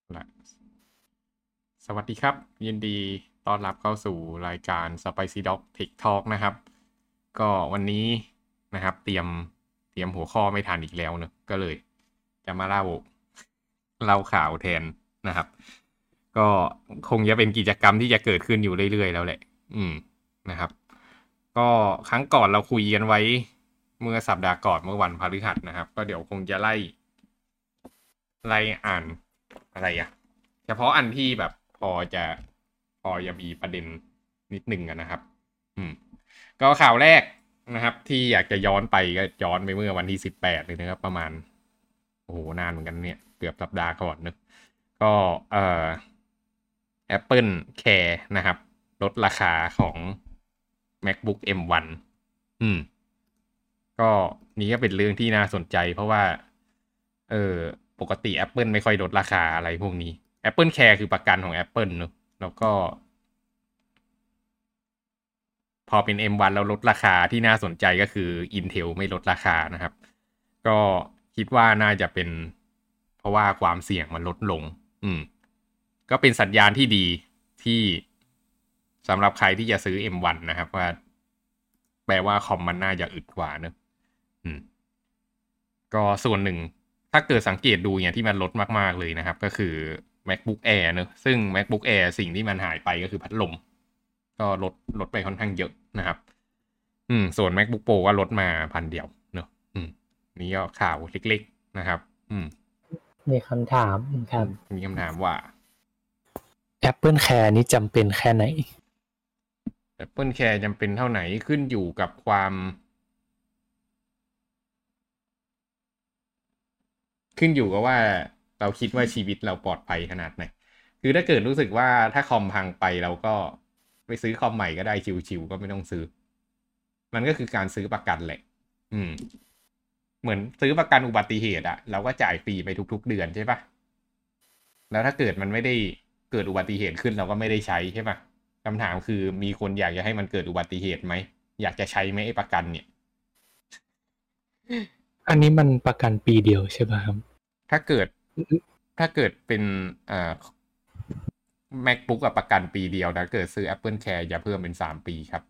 ละสวัสดีครับยินดีต้อนรับเข้าสู่รายการ Spicy Dog Tech Talk นะครับก็วันนี้นะครับเตรียมหัวข้อไม่ทันอีกแล้วเนอะก็เลยจะมาเล่าข่าวแทนนะครับก็คงจะเป็นกิจกรรมที่จะเกิดขึ้นอยู่เรื่อยๆแล้วแหละนะครับก็ครั้งก่อนเราคุยกันไว้เมื่อสัปดาห์ก่อนเมื่อวันพฤหัสนะครับก็เดี๋ยวคงจะไล่อ่านอะไรเฉพาะอันที่แบบพอจะมีประเด็นนิดนึงนะครับอืมก็ข่าวแรกนะครับที่อยากจะย้อนไปก็ย้อนไปเมื่อวันที่18เลยนะครับประมาณโอ้โหนานเหมือนกันเนี่ยเกือบสัปดาห์ก่อนนึกก็Apple Care นะครับลดราคาของ MacBook M1 อืมก็นี้ก็เป็นเรื่องที่น่าสนใจเพราะว่าเออปกติ Apple ไม่ค่อยลดราคาอะไรพวกนี้ Apple Care คือประกันของ Apple เนอะแล้วก็พอเป็น M1 แล้วลดราคาที่น่าสนใจก็คือ Intel ไม่ลดราคานะครับก็คิดว่าน่าจะเป็นเพราะว่าความเสี่ยงมันลดลงก็เป็นสัญญาณที่ดีที่สำหรับใครที่จะซื้อ M1 นะครับว่าแปลว่าคอมมันน่าจะอึดกว่าเนอะก็ส่วนหนึ่งถ้าเกิดสังเกตดูเนี่ยที่มันลดมากๆเลยนะครับก็คือ MacBook Air เนอะซึ่ง MacBook Air สิ่งที่มันหายไปก็คือพัดลมก็ลดไปค่อนข้างเยอะนะครับส่วน MacBook Pro ก็ลดมา1,000เนอะนี่ก็ข่าวเล็กๆนะครับมีคำถามครับมีคำถามว่า Apple Care นี้จำเป็นแค่ไหน Apple Care จำเป็นเท่าไหนขึ้นอยู่กับว่าเราคิดว่าชีวิตเราปลอดภัยขนาดไหนคือถ้าเกิดรู้สึกว่าถ้าคอมพังไปเราก็ไปซื้อคอมใหม่ก็ได้ชิวๆก็ไม่ต้องซื้อมันก็คือการซื้อประกันแหละเหมือนซื้อประกันอุบัติเหตุเราก็จ่ายฟรีไปทุกๆเดือนใช่ปะแล้วถ้าเกิดมันไม่ได้เกิดอุบัติเหตุขึ้นเราก็ไม่ได้ใช้ใช่ปะคำถามคือมีคนอยากจะให้มันเกิดอุบัติเหตุไหมอยากจะใช้ไหมไอ้ประกันเนี่ยอันนี้มันประกันปีเดียวใช่ป่ะครับถ้าเกิดเป็นMacBook กับประกันปีเดียวนะเกิดซื้อ Apple Care จะเพิ่มเป็น3 ปีครับ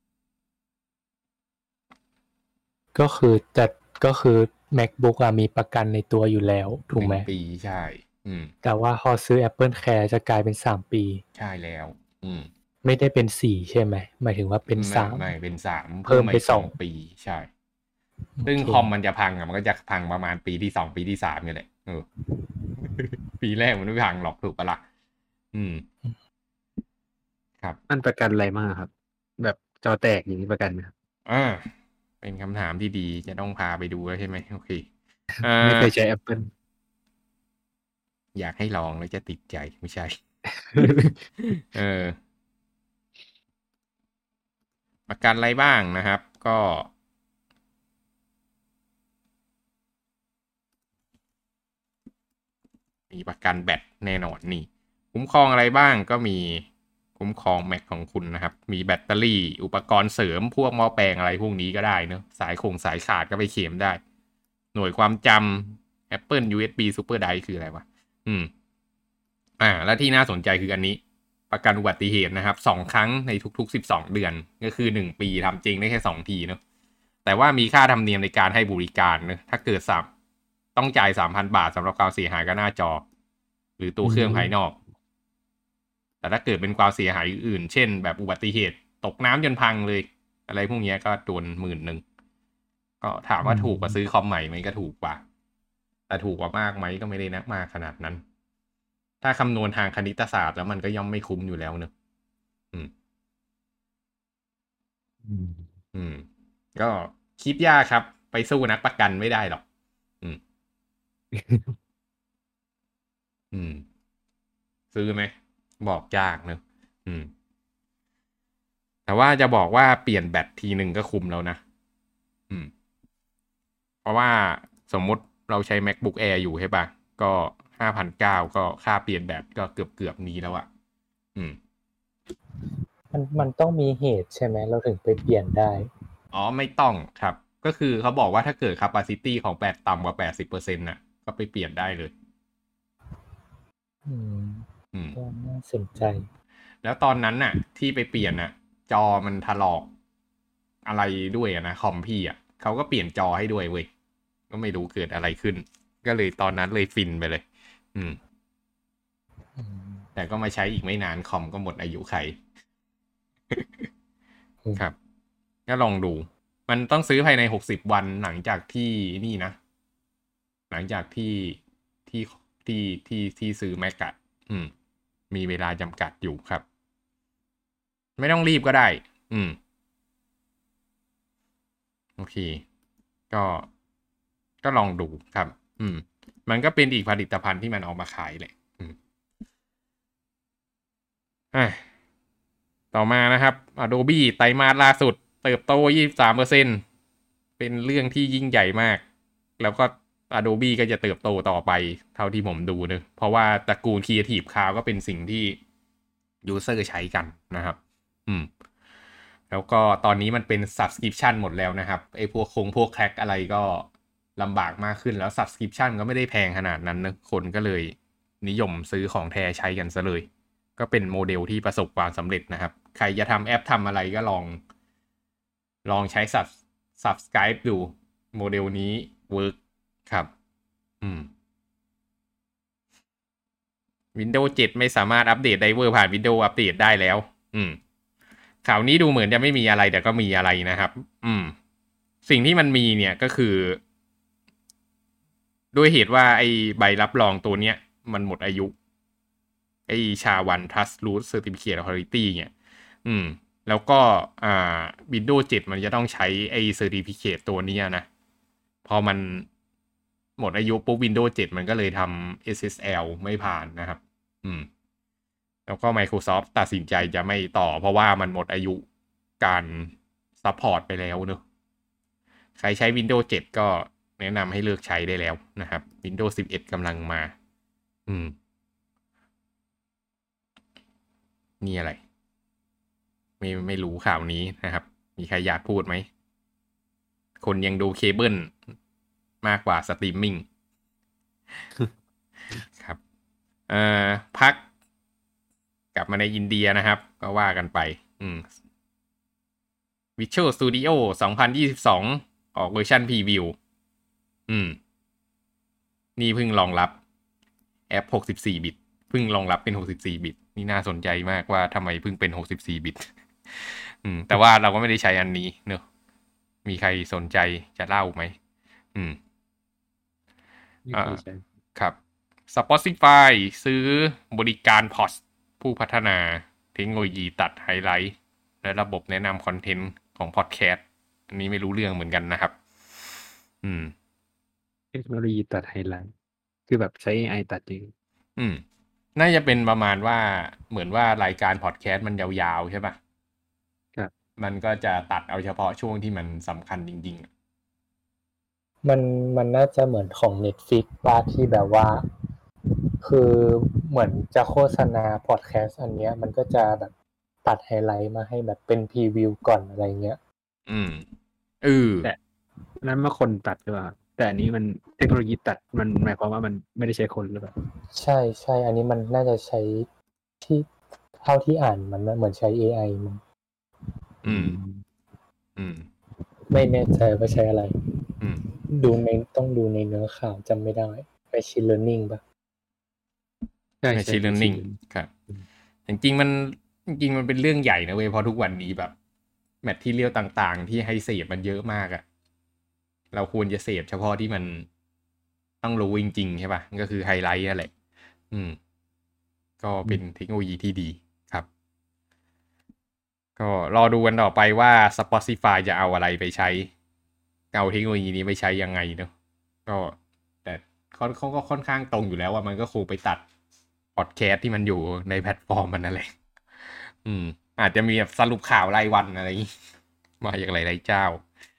ก็คือ MacBook มีประกันในตัวอยู่แล้วถูกไหม 1 ปีใช่แต่ว่าพอซื้อ Apple Care จะกลายเป็น3 ปีใช่แล้วไม่ได้เป็น4ใช่ไหมหมายถึงว่าเป็น3 ไม่เป็น3 เพิ่มไป 2 ปีใช่ซึ่งคอมมันจะพังมันก็จะพังประมาณปีที่2ปีที่3นี่แหละปีแรกมันไม่พังหรอกถูกปะล่ะครับมันประกันอะไรมากครับแบบจอแตกอย่างนี้ประกันไหมครับเป็นคำถามที่ดีจะต้องพาไปดูแล้วใช่ไหมโอเคไม่เคยใช้ Apple อยากให้ลองแล้วจะติดใจไม่ใช่ ประกันอะไรบ้างนะครับก็มีประกันแบตแน่นอนนี่คุ้มครองอะไรบ้างก็มีคุ้มครองแม็กของคุณนะครับมีแบตเตอรี่อุปกรณ์เสริมพวกหม้อแปลงอะไรพวกนี้ก็ได้เนอะสายขาดก็ไปเข็มได้หน่วยความจำ Apple USB Super Drive คืออะไรวะแล้วที่น่าสนใจคืออันนี้ประกันอุบัติเหตุนะครับ2 ครั้งในทุกๆ12 เดือนก็คือ1 ปีทำจริงได้แค่2 ทีเนอะแต่ว่ามีค่าธรรมเนียมในการให้บริการเนอะถ้าเกิดต้องจ่าย 3,000 บาทสำหรับความเสียหายกับหน้าจอหรือตัวเครื่องภายนอกแต่ถ้าเกิดเป็นความเสียหายอื่นเช่นแบบอุบัติเหตุตกน้ำจนพังเลยอะไรพวกนี้ก็โดน11,000ก็ถามว่าถูกกว่าซื้อคอมใหม่ไหมก็ถูกกว่าแต่ถูกกว่ามากไหมก็ไม่ได้นักมากขนาดนั้นถ้าคำนวณทางคณิตศาสตร์แล้วมันก็ย่อมไม่คุ้มอยู่แล้วเนอะก็คิดยากครับไปสู้นักประกันไม่ได้หรอกซื้อไหมบอกยากเนอะแต่ว่าจะบอกว่าเปลี่ยนแบตทีหนึ่งก็คุ้มแล้วนะเพราะว่าสมมติเราใช้ MacBook Air อยู่ใช่ปะก็5,900ก็ค่าเปลี่ยนแบตก็เกือบนี้แล้วมันต้องมีเหตุใช่ไหมเราถึงไปเปลี่ยนได้ไม่ต้องครับก็คือเขาบอกว่าถ้าเกิด capacity ของแบตต่ำกว่า 80% น่ะก็ไปเปลี่ยนได้เลยน่าสนใจแล้วตอนนั้นน่ะ ที่ไปเปลี่ยนน่ะ จอมันถลอกอะไรด้วยนะคอมพี่อ่ะเขาก็เปลี่ยนจอให้ด้วยเว้ยก็ไม่รู้เกิดอะไรขึ้น ก็เลยตอนนั้นเลยฟินไปเลย แต่ก็มาใช้อีกไม่นานคอมก็หมดอายุไข ครับ ก็ลองดู มันต้องซื้อภายใน60 วันหลังจากที่นี่นะ หลังจากที่ซื้อแม็กอะมีเวลาจำกัดอยู่ครับ ไม่ต้องรีบก็ได้ โอเค ก็ลองดูครับ มันก็เป็นอีกผลิตภัณฑ์ที่มันออกมาขายแหละต่อมานะครับ Adobe ไตรมาสล่าสุดเติบโต 23% เป็นเรื่องที่ยิ่งใหญ่มาก แล้วก็ Adobe ก็จะเติบโตต่อไปเท่าที่ผมดูเนอะเพราะว่าตระกูล Creative Cloud ก็เป็นสิ่งที่ User ใช้กันนะครับ แล้วก็ตอนนี้มันเป็น Subscription หมดแล้วนะครับไอ้พวกแคคอะไรก็ลำบากมากขึ้นแล้ว Subscription ก็ไม่ได้แพงขนาดนั้นนะคนก็เลยนิยมซื้อของแท้ใช้กันซะเลยก็เป็นโมเดลที่ประสบความสำเร็จนะครับใครจะทำแอปทำอะไรก็ลองใช้ Subscribe ดูโมเดลนี้เวิร์กครับWindows 7 ไม่สามารถอัปเดตไดเวอร์ผ่าน Windows อัปเดตได้แล้วข่าวนี้ดูเหมือนจะไม่มีอะไรแต่ก็มีอะไรนะครับสิ่งที่มันมีเนี่ยก็คือด้วยเหตุว่าไอ้ใบรับรองตัวเนี้ยมันหมดอายุไอ้ชาวัน Trust Root Certificate Authority เนี่ยแล้วก็Windows 7 มันจะต้องใช้ไอ้ Certificate ตัวนี้นะพอมันหมดอายุปุ๊บ Windows 7 มันก็เลยทำ SSL ไม่ผ่านนะครับแล้วก็ Microsoft ตัดสินใจจะไม่ต่อเพราะว่ามันหมดอายุการซัพพอร์ตไปแล้วเนอะใครใช้ Windows 7 ก็แนะนำให้เลิกใช้ได้แล้วนะครับ Windows 11 กำลังมานี่อะไรไม่รู้ข่าวนี้นะครับมีใครอยากพูดไหมคนยังดูเคเบิลมากกว่าสตรีมมิ่ง ครับพักกลับมาในอินเดียนะครับก็ว่ากันไปVisual Studio 2022 ออกเวอร์ชันพรีวิวนี่เพิ่งรองรับแอป64 บิตเพิ่งรองรับเป็น64 บิตนี่น่าสนใจมากว่าทำไมเพิ่งเป็น64 บิตแต่ว่าเราก็ไม่ได้ใช้อันนี้เนอะมีใครสนใจจะเล่าไหมครับ Spotify ซื้อบริการ Pod ผู้พัฒนาเทคโนโลยีตัดไฮไลท์และระบบแนะนำคอนเทนต์ของพอดแคสต์อันนี้ไม่รู้เรื่องเหมือนกันนะครับเทคโนโลยีตัดไฮไลท์คือแบบใช้ AI ตัดจริงน่าจะเป็นประมาณว่าเหมือนว่ารายการพอดแคสต์มันยาวๆใช่ปะครับมันก็จะตัดเอาเฉพาะช่วงที่มันสำคัญจริงๆมันน่าจะเหมือนของ Netflix ว่าที่แบบว่าคือเหมือนจะโฆษณาพอดแคสต์อันเนี้ยมันก็จะแบบตัดไฮไลท์มาให้แบบเป็นพรีวิวก่อนอะไรเงี้ยแต่นั้นเมื่อคนตัดหรือเปล่าแต่อันนี้มันเทคโนโลยีตัดมันหมายความว่ามันไม่ได้ใช้คนหรือเปล่าใช่อันนี้มันน่าจะใช้ที่เท่าที่อ่านมันเหมือนใช้ AI มันไม่แน่ใจว่าใช้อะไรต้องดูในเนื้อข่าวจำไม่ได้ Machine Learning ป่ะใช่ Machine Learning ครับจริงๆมันเป็นเรื่องใหญ่นะเว้ยเพราะทุกวันนี้แบบแมททีเรียลต่างๆที่ให้เสพมันเยอะมากอะเราควรจะเสพเฉพาะที่มันต้องรู้จริงๆใช่ป่ะก็คือไฮไลท์อะไรก็เป็นเทคโนโลยีที่ดีครับก็รอดูกันต่อไปว่า Spotify จะเอาอะไรไปใช้เอาเทคโนโลยีนี้ไปใช้ยังไงเนาะก็แต่เขาก็ค่อนข้างตรงอยู่แล้วว่ามันก็คงไปตัดพอดแคสต์ที่มันอยู่ในแพลตฟอร์มมันนั่นแหละอาจจะมีแบบสรุปข่าวรายวันอะไรมาจากหลายๆเจ้า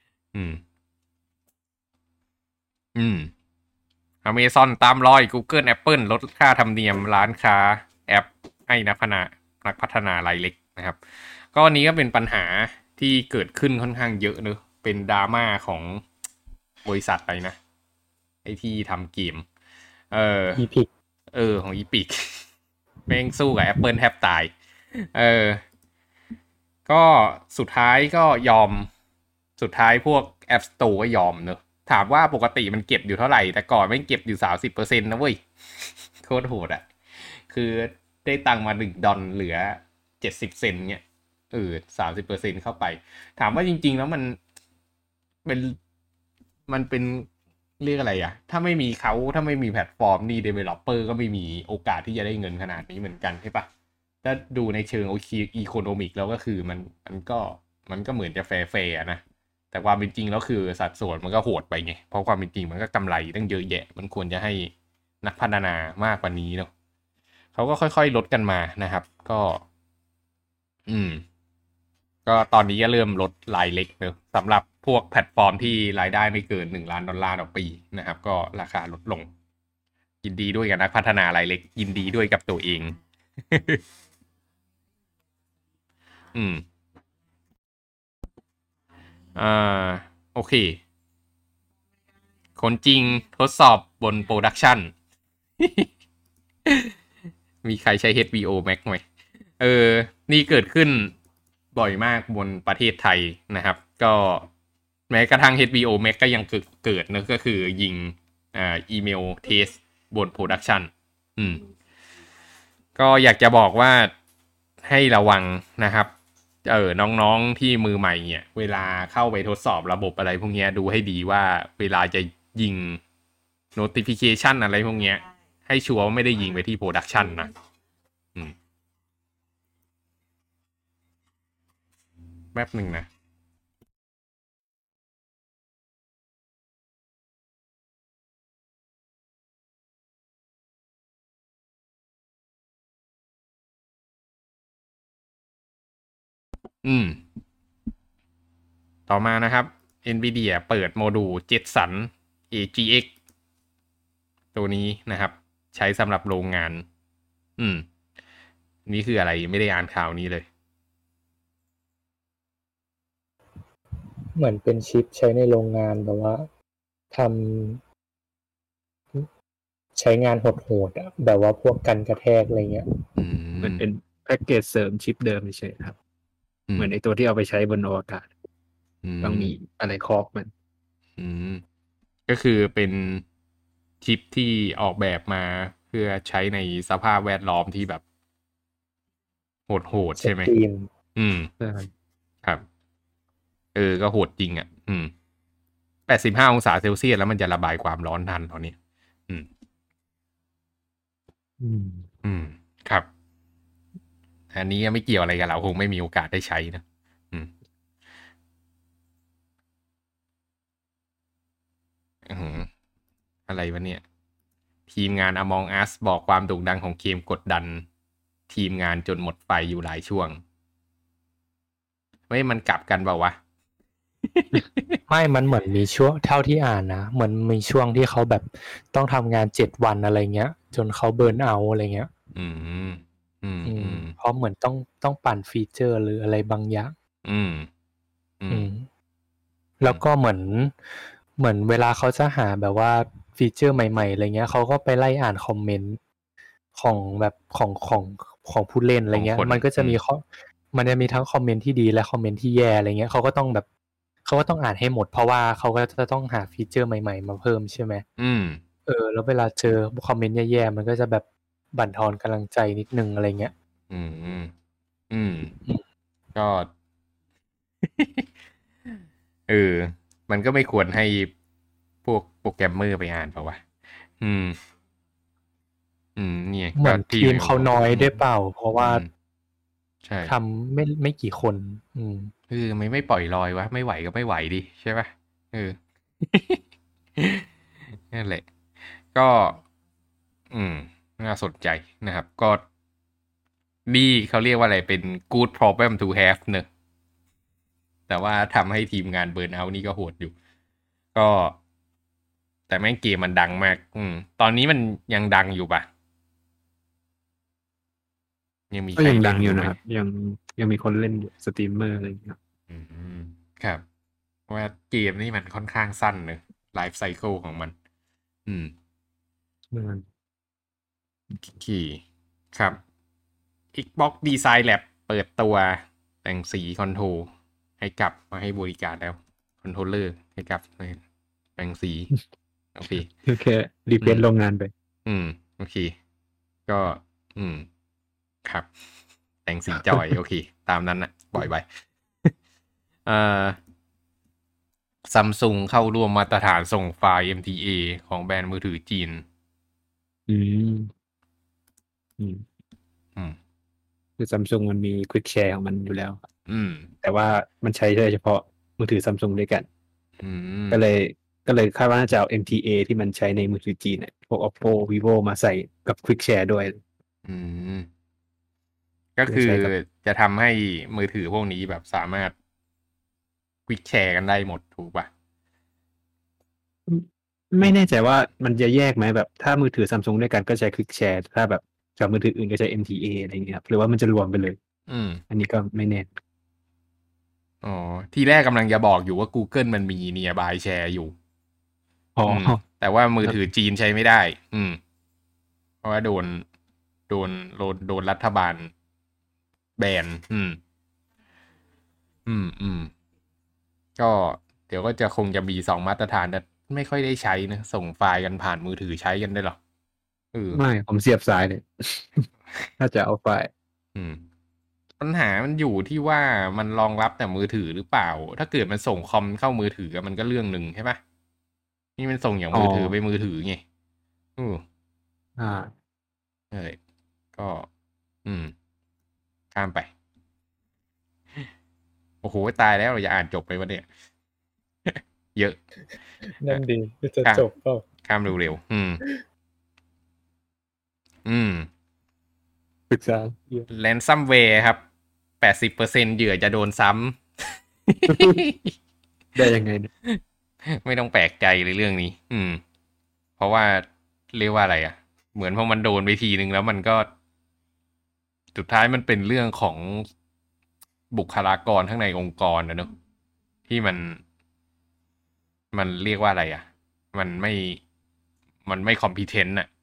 Amazon ตามรอย Google Apple ลดค่าธรรมเนียมร้านค้าแอปให้นักพัฒนารายเล็กนะครับก็อันนี้ก็เป็นปัญหาที่เกิดขึ้นค่อนข้างเยอะเนอะเป็นดราม่าของบริษัทอะไรนะไอที่ทำเกม Epic ของ Epic แม่งสู้กับ Apple แทบตายก็สุดท้ายก็ยอมสุดท้ายพวก App Store ก็ยอมเนอะถามว่าปกติมันเก็บอยู่เท่าไหร่แต่ก่อนไม่เก็บอยู่ 30% นะเว้ยโคตรโหดอ่ะคือได้ตังมา$1เหลือ70เซนต์เนี่ย30%เข้าไปถามว่าจริงๆแล้วเป็นมันเป็นเรียกอะไรอะถ้าไม่มีเขาถ้าไม่มีแพลตฟอร์มนี่ developer ก็ไม่มีโอกาสที่จะได้เงินขนาดนี้เหมือนกันใช่ปะถ้าดูในเชิงอีโคโนมิกแล้วก็คือมันก็เหมือนจะแฟร์นะแต่ความเป็นจริงแล้วคือสัดส่วนมันก็โหดไปไงเพราะความเป็นจริงมันก็กำไรตั้งเยอะแยะมันควรจะให้นักพัฒนามากกว่านี้เนาะเขาก็ค่อยๆลดกันมานะครับก็ก็ตอนนี้ก็เริ่มลดรายเล็กเนอะสำหรับพวกแพลตฟอร์มที่รายได้ไม่เกิน$1 ล้านต่อปีนะครับก็ราคาลดลงยินดีด้วยกับนักพัฒนารายเล็กยินดีด้วยกับตัวเอง อืมอ่าโอเคคนจริงทดสอบบนโปรดักชัน มีใครใช้ HBO Max ไหมนี่เกิดขึ้นบ่อยมากบนประเทศไทยนะครับก็แม้กระทั่ง HBO Max ก็ยังเกิดนะก็คือยิงอีเมลเทสบนโปรดักชันก็อยากจะบอกว่าให้ระวังนะครับน้องๆที่มือใหม่เนี่ยเวลาเข้าไปทดสอบระบบอะไรพวกนี้ดูให้ดีว่าเวลาจะยิง notification อะไรพวกนี้ให้ชัวร์ว่าไม่ได้ยิงไปที่ production นะแป๊บหนึ่งนะต่อมานะครับ NVIDIA เปิดโมดูล Jetson AGX ตัวนี้นะครับใช้สำหรับโรงงานนี่คืออะไรไม่ได้อ่านข่าวนี้เลยเหมือนเป็นชิปใช้ในโรงงานแบบว่าทำใช้งานโหดๆอะแบบว่าพวกกันกระแทกอะไรเงี้ยมันเป็นแพ็กเกจเสริมชิปเดิมเฉยครับเหมือนไอตัวที่เอาไปใช้บนอวกาศต้องมีอะไรครอบมันก็คือเป็นชิปที่ออกแบบมาเพื่อใช้ในสภาพแวดล้อมที่แบบโหดใช่ไหมครับก็โหดจริงอ่ะ85 องศาเซลเซียสแล้วมันจะระบายความร้อนทันตอนนี้ครับอันนี้ไม่เกี่ยวอะไรกับเราคงไม่มีโอกาสได้ใช้นะอะไรวะเนี่ยทีมงาน Among Us บอกความโด่งดังของเกมกดดันทีมงานจนหมดไฟอยู่หลายช่วงมันกลับกันเปล่าวะไม่มันเหมือนมีช่วงเท่าที่อ่านนะเหมือนมีช่วงที่เขาแบบต้องทำงาน7 วันอะไรเงี้ยจนเขาเบิร์นเอาอะไรเงี้ยเพราะเหมือนต้องปั่นฟีเจอร์หรืออะไรบางอย่างแล้วก็เหมือนเวลาเขาจะหาแบบว่าฟีเจอร์ใหม่ๆอะไรเงี้ยเขาก็ไปไล่อ่านคอมเมนต์ของแบบของผู้เล่นอะไรเงี้ยมันก็จะมีมันจะมีทั้งคอมเมนต์ที่ดีและคอมเมนต์ที่แย่อะไรเงี้ยเขาก็ต้องอ่านให้หมดเพราะว่าเขาก็จะต้องหาฟีเจอร์ใหม่ๆมาเพิ่มใช่ไหมแล้วเวลาเจอคอมเมนต์แย่ๆมันก็จะแบบบั่นทอนกำลังใจนิดนึงอะไรเงี้ยก็มันก็ไม่ควรให้พวกโปรแกรมเมอร์ไปอ่านเปล่าวะเนี่ยเหมือนทีมเขาน้อยด้วยเปล่าเพราะว่าใช่ทำไม่กี่คนไม่ปล่อยลอยวะไม่ไหวก็ไม่ไหวดิใช่ปะนั่นแหละก็น่าสนใจนะครับก็ดีเขาเรียกว่าอะไรเป็น good problem to have เนอะแต่ว่าทำให้ทีมงานเบิร์นเอาท์นี่ก็โหดอยู่ก็แต่แม่งเกมมันดังมากตอนนี้มันยังดังอยู่ปะยังมีใครยังดังอยู่นะครับยังมีคนเล่นอยู่สตรีมเมอร์อะไรอย่างเงี้ยครับว่าเกมนี่มันค่อนข้างสั้นเนอะไลฟ์ไซเคิลของมันโอเคครับ Xbox Design Lab เปิดตัวแต่งสีคอนโทรลให้กลับมาให้บริการแล้วคอนโทรลเลอร์ให้กลับแต่งสีโอเคโอเครีเควสโรงงานไปโอเคก็ครับ แต่งสีจอยโอเคตามนั้นนะปล่อยไปซัมซุงเข้าร่วมมาตรฐานส่งไฟล์ MTA ของแบรนด์มือถือจีนคือซัมซุงมันมีควิกแชร์ของมันอยู่แล้วแต่ว่ามันใช้ได้เฉพาะมือถือซัมซุงด้วยกันก็เลยคาดว่าน่าจะเอา MTA ที่มันใช้ในมือถือจีนเนี่ยพวก Oppo Vivo มาใส่กับควิกแชร์ด้วยก็คือจะทำให้มือถือพวกนี้แบบสามารถควิกแชร์กันได้หมดถูกป่ะไม่แน่ใจว่ามันจะแยกไหมแบบถ้ามือถือซัมซุงด้วยกันก็ใช้ควิกแชร์ถ้าแบบกับมือถืออื่นก็ใช้ MTA อะไรอย่างเงี้ยครับหรือว่ามันจะรวมไปเลยอันนี้ก็ไม่แน่อ๋อที่แรกกำลังจะบอกอยู่ว่า Google มันมี Nearby Share อยู่แต่ว่ามือถือจีนใช้ไม่ได้เพราะว่าโดนรัฐบาลแบนก็เดี๋ยวก็จะคงจะมี2มาตรฐานแต่ไม่ค่อยได้ใช้นะส่งไฟล์กันผ่านมือถือใช้กันได้หรอไม่ผมเสียบสายเลย ถ้าจะเอาไฟล์ปัญหามันอยู่ที่ว่ามันรองรับแต่มือถือหรือเปล่าถ้าเกิดมันส่งคอมเข้ามือถือมันก็เรื่องหนึ่งใช่ปะนี่มันส่งอย่างมือถือไปมือถือไงก็ข้ามไปโอ้โหตายแล้วเราจะอ่านจบไปวะเนี่ย เยอะนั่นดีจะจบเปล่าข้ามเร็วปรึกษาแรนซัมแวร์ครับ 80% เหยื่อจะโดนซ้ำ ได้ยังไงเนี่ยไม่ต้องแปลกใจเลยเรื่องนี้เพราะว่าเรียกว่าอะไรอ่ะเหมือนพอมันโดนไปทีนึงแล้วมันก็สุดท้ายมันเป็นเรื่องของบุคลากรข้างในองค์กรนะเนอะที่มันเรียกว่าอะไรอ่ะมันไม่คอมพิเทนต์อ่ะ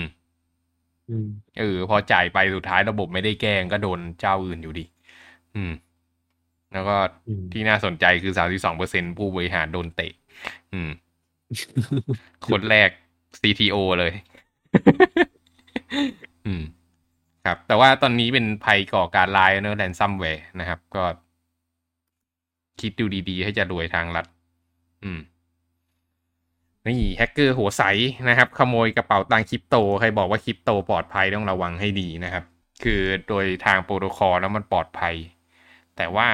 พอจ่ายไปสุดท้ายระบบไม่ได้แก้งก็โดนเจ้าอื่นอยู่ดีแล้วก็ที่น่าสนใจคือ 32% ผู้บริหารโดนเตะคนแรก CTO เลยครับแต่ว่าตอนนี้เป็นภัยก่อการร้ายเนอะแรนซัมแวร์นะครับก็คิดดูดีๆให้จะรวยทางลัดนี่แฮกเกอร์หัวใสนะครับขโมยกระเป๋าตังคริปโตใครบอกว่าคริปโตปลอดภัยต้องระวังให้ดีนะครับคือโดยทางโปรโตคอลแล้วมันปลอดภัยแต่ว่า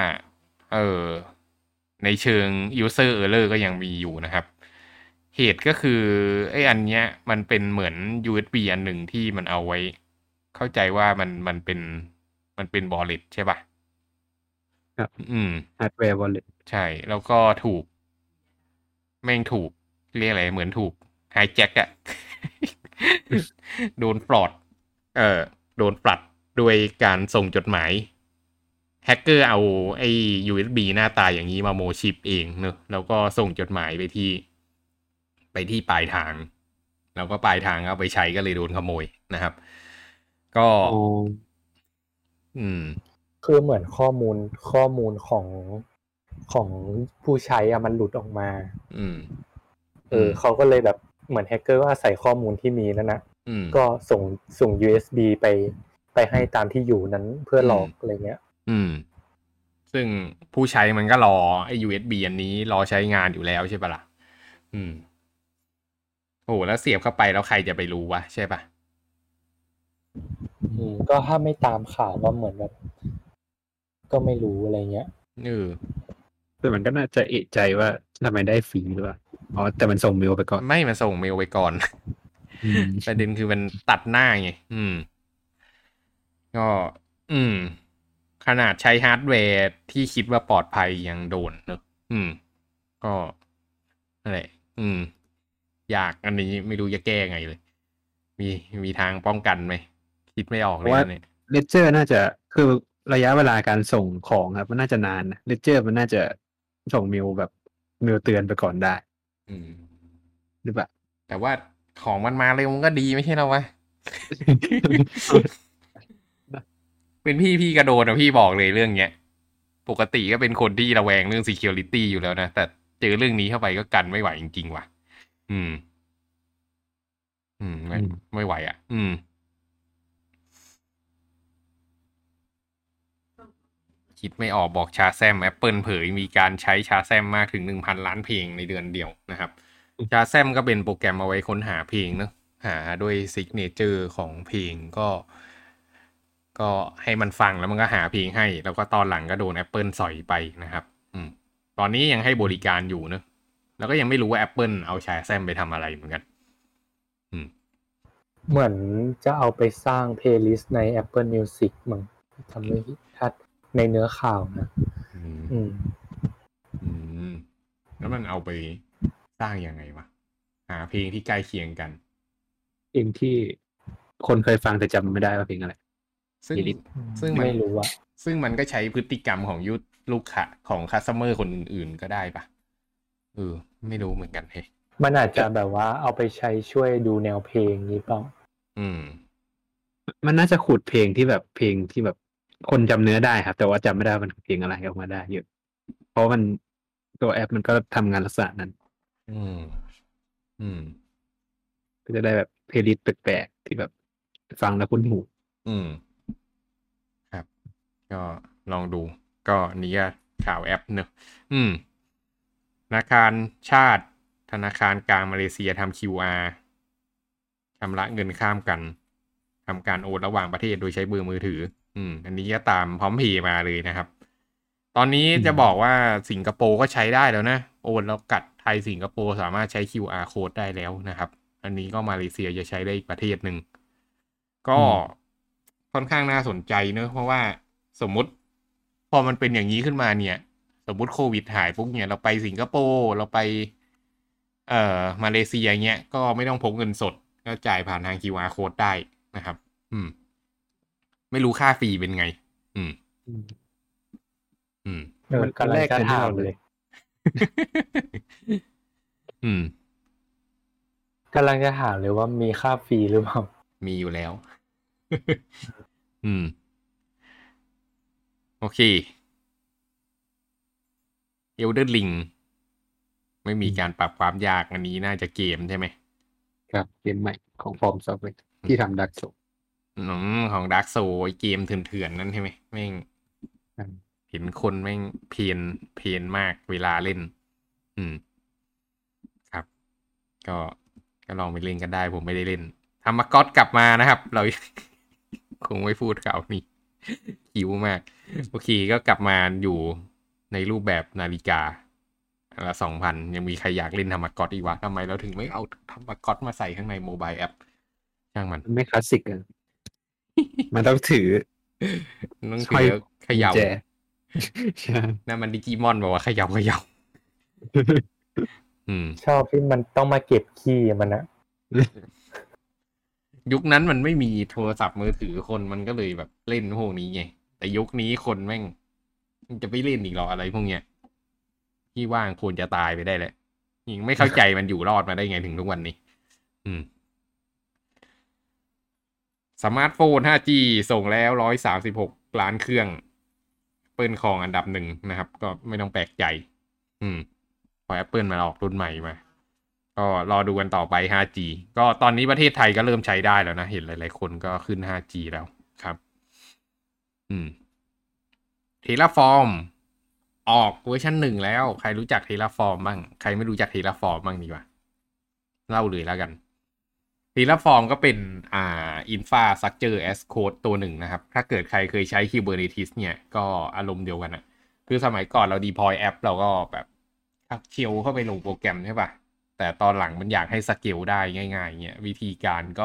ในเชิง user error ก็ยังมีอยู่นะครับเหตุก็คือไอ้อันเนี้ยมันเป็นเหมือน USB อันหนึ่งที่มันเอาไว้เข้าใจว่ามันเป็น wallet ใช่ป่ะครับฮาร์ดแวร์ wallet ใช่แล้วก็แม่งถูกเรียกอะไรเหมือนถูกไฮแจ็คอะ โดนปลอดโดนปลัดโดยการส่งจดหมายแฮกเกอร์เอาไอ้ USB หน้าตาอย่างนี้มาโมชิปเองเนอะแล้วก็ส่งจดหมายไปที่ปลายทางแล้วก็ปลายทางเอาไปใช้ก็เลยโดนขโมยนะครับ ก็คือเหมือนข้อมูลของผู้ใช้อะมันหลุดออกมาเขาก็เลยแบบเหมือนแฮกเกอร์ก็อาศัยข้อมูลที่มีนั่นนะก็ส่ง USB ไปให้ตามที่อยู่นั้นเพื่อหลอกอะไรเงี้ยซึ่งผู้ใช้มันก็รอไอ้ USB อันนี้รอใช้งานอยู่แล้วใช่ปะล่ะโอ้แล้วเสียบเข้าไปแล้วใครจะไปรู้วะใช่ปะก็ถ้าไม่ตามข่าวก็เหมือนแบบก็ไม่รู้อะไรเงี้ยแต่มันก็น่าจะเอะใจว่าทำไมได้ฟรีหรือเปล่าอ๋อแต่มันส่งเมลไปก่อนไม่มันส่งเมลไปก่อนประเด็นคือมันตัดหน้าไงก็ขนาดใช้ฮาร์ดแวร์ที่คิดว่าปลอดภัยยังโดนเนอะก็อะไรอยากอันนี้ไม่รู้จะแก้ไงเลยมีทางป้องกันไหมคิดไม่ออกเลยเนี่ยเลเจอร์น่าจะคือระยะเวลาการส่งของครับมันน่าจะนานนะเลเจอร์มันน่าจะส่งเมลแบบเมลเตือนไปก่อนได้หรือเปล่าแต่ว่าของมันมาเร็วมันก็ดีไม่ใช่หรอวะเป็นพี่กระโดดนะพี่บอกเลยเรื่องเนี้ยปกติก็เป็นคนที่ระแวงเรื่อง security อยู่แล้วนะแต่เจอเรื่องนี้เข้าไปก็กันไม่ไหวจริงๆว่ะอืมไม่ไหวอ่ะคิดไม่ออกบอกชาแซม Apple เผยมีการใช้ชาแซมมากถึง 1,000 ล้านเพลงในเดือนเดียวนะครับชาแซมก็เป็นโปรแกรมเอาไว้ค้นหาเพลงเนอะหาด้วยซิกเนเจอร์ของเพลงก็ให้มันฟังแล้วมันก็หาเพลงให้แล้วก็ตอนหลังก็โดน Apple สอยไปนะครับตอนนี้ยังให้บริการอยู่เนอะแล้วก็ยังไม่รู้ว่า Apple เอาชาแซมไปทำอะไรเหมือนกันเหมือนจะเอาไปสร้างเพลย์ลิสต์ใน Apple Music มั้งทำไม่ถ้าในเนื้อข่าวนะแล้วมันเอาไปสร้างยังไงวะหาเพลงที่ใกล้เคียงกันเพลงที่คนเคยฟังแต่จำไม่ได้ว่าเพลงอะไรซึ่งไม่รู้อะซึ่งมันก็ใช้พฤติกรรมของลูกค้าของคัสเตอร์คนอื่นๆก็ได้ปะไม่รู้เหมือนกันเฮ้มันอาจจะแบบว่าเอาไปใช้ช่วยดูแนวเพลงนี้เปล่ามันน่าจะขุดเพลงที่แบบเพลงที่แบบคนจำเนื้อได้ครับแต่ว่าจำไม่ได้มันเพลงอะไรออกมาได้เยอะเพราะมันตัวแอปมันก็ทำงานลักษณะนั้นก็จะได้แบบเพลย์ลิสต์แปลกๆที่แบบฟังแล้วคุ้นหูครับก็ลองดูก็นี่ก็ข่าวแอปเนอะธนาคารชาติธนาคารกลางมาเลเซียทำ QR ชำระเงินข้ามกันทำการโอนระหว่างประเทศโดยใช้เบอร์มือถืออันนี้ก็ตามพร้อมเพย์มาเลยนะครับตอนนี้จะบอกว่าสิงคโปร์ก็ใช้ได้แล้วนะโอนแล้วกัดไทยสิงคโปร์สามารถใช้ QR code ได้แล้วนะครับอันนี้ก็มาเลเซียจะใช้ได้อีกประเทศหนึ่งก็ค่อนข้างน่าสนใจเนอะเพราะว่าสมมุติพอมันเป็นอย่างนี้ขึ้นมาเนี่ยสมมุติโควิดหายปุ๊บเนี่ยเราไปสิงคโปร์เราไปมาเลเซียเงี้ยก็ไม่ต้องพกเงินสดก็จ่ายผ่านทาง QR code ได้นะครับไม่รู้ค่าฟรีเป็นไงมันกำลังจะถามเลยกำลังจะถามเลยว่ามีค่าฟรีหรือเปล่ามีอยู่แล้วโอเคElden Ring ไม่มีการปรับความยากอันนี้น่าจะเกมใช่ไหมครับเกมใหม่ของฟอร์มซอฟต์แวร์ที่ทำดักโซของ Dark Soul เกมเถื่อนๆนั่นใช่ไหมแม่งเห็นคนแม่งเพลนมากเวลาเล่นครับก็ลองไปเล่นกันได้ผมไม่ได้เล่นทำมาก๊อตกลับมานะครับเราคงไม่พูดข่าวนี้คิวมากโอเคก็กลับมาอยู่ในรูปแบบนาฬิกาละ 2,000 ยังมีใครอยากเล่นธรรมก๊อตอีกวะทำไมเราถึงไม่เอาธรรมก๊อตมาใส่ข้างในโมบายแอปช่างมันไม่คลาสสิกอ่ะมันต้องถือเขย่านั่นมันดิจิมอนบอกว่าเขย่าชอบที่มันต้องมาเก็บขี้มันนะยุคนั้นมันไม่มีโทรศัพท์มือถือคนมันก็เลยแบบเล่นพวกนี้ไงแต่ยุคนี้คนแม่งจะไปเล่นอีกหรออะไรพวกเนี้ยที่ว่างควรจะตายไปได้แหละยังไม่เข้าใจมันอยู่รอดมาได้ไงถึงทุกวันนี้สมาร์ทโฟน 5G ส่งแล้ว136 ล้านเครื่องเปิลครองอันดับ1นะครับก็ไม่ต้องแปลกใจพอ Apple มาออกรุ่นใหม่มาก็รอดูกันต่อไป 5G ก็ตอนนี้ประเทศไทยก็เริ่มใช้ได้แล้วนะเห็นหลายๆคนก็ขึ้น 5G แล้วครับเทราฟอร์มออกเวอร์ชัน1แล้วใครรู้จักเทราฟอร์มบ้างใครไม่รู้จักเทราฟอร์มบ้างดีกว่าเล่าเลยแล้วกันTerraform ก็เป็นInfrastructure as Code ตัวหนึ่งนะครับ ถ้าเกิดใครเคยใช้ Kubernetes เนี่ยก็อารมณ์เดียวกันนะคือสมัยก่อนเรา deploy แอปเราก็แบบเชียวเข้าไปลงโปรแกรมใช่ป่ะแต่ตอนหลังมันอยากให้สเกลได้ง่ายๆเงี้ยวิธีการก็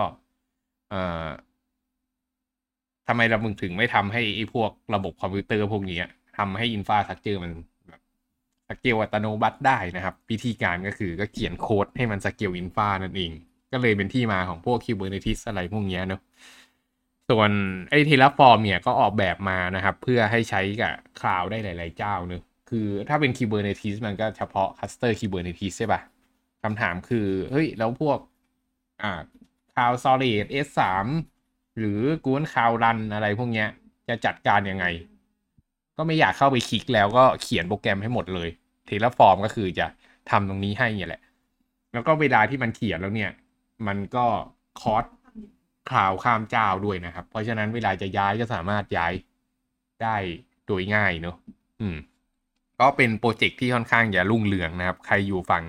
ทำไมเราถึงไม่ทำให้ไอ้พวกระบบคอมพิวเตอร์พวกนี้ทำให้ Infrastructure มันแบบสเกลอัตโนมัติได้นะครับวิธีการก็คือก็เขียนโค้ดให้มันสเกล Infra นั่นเองก็เลยเป็นที่มาของพวก Kubernetes อะไรพวกนี้เนอะส่วนไอ้ Terraform เนี่ยก็ออกแบบมานะครับเพื่อให้ใช้กับคลาวด์ได้หลายๆเจ้าเนอะคือถ้าเป็น Kubernetes มันก็เฉพาะ cluster Kubernetes ใช่ป่ะคำถามคือเฮ้ยแล้วพวกCloud Storage S3 หรือ Google Cloud Run อะไรพวกเนี้ยจะจัดการยังไงก็ไม่อยากเข้าไปคลิกแล้วก็เขียนโปรแกรมให้หมดเลย Terraform ก็คือจะทำตรงนี้ให้เนี่ยแหละแล้วก็เวลาที่มันเขียนแล้วเนี่ยมันก็คอสคลาวข้ามเจ้าด้วยนะครับเพราะฉะนั้นเวลาจะย้ายก็สามารถย้ายได้โดยง่ายเนอะก็เป็นโปรเจกต์ที่ค่อนข้างจะรุ่งเรืองนะครับใครอยู่ฝั่ง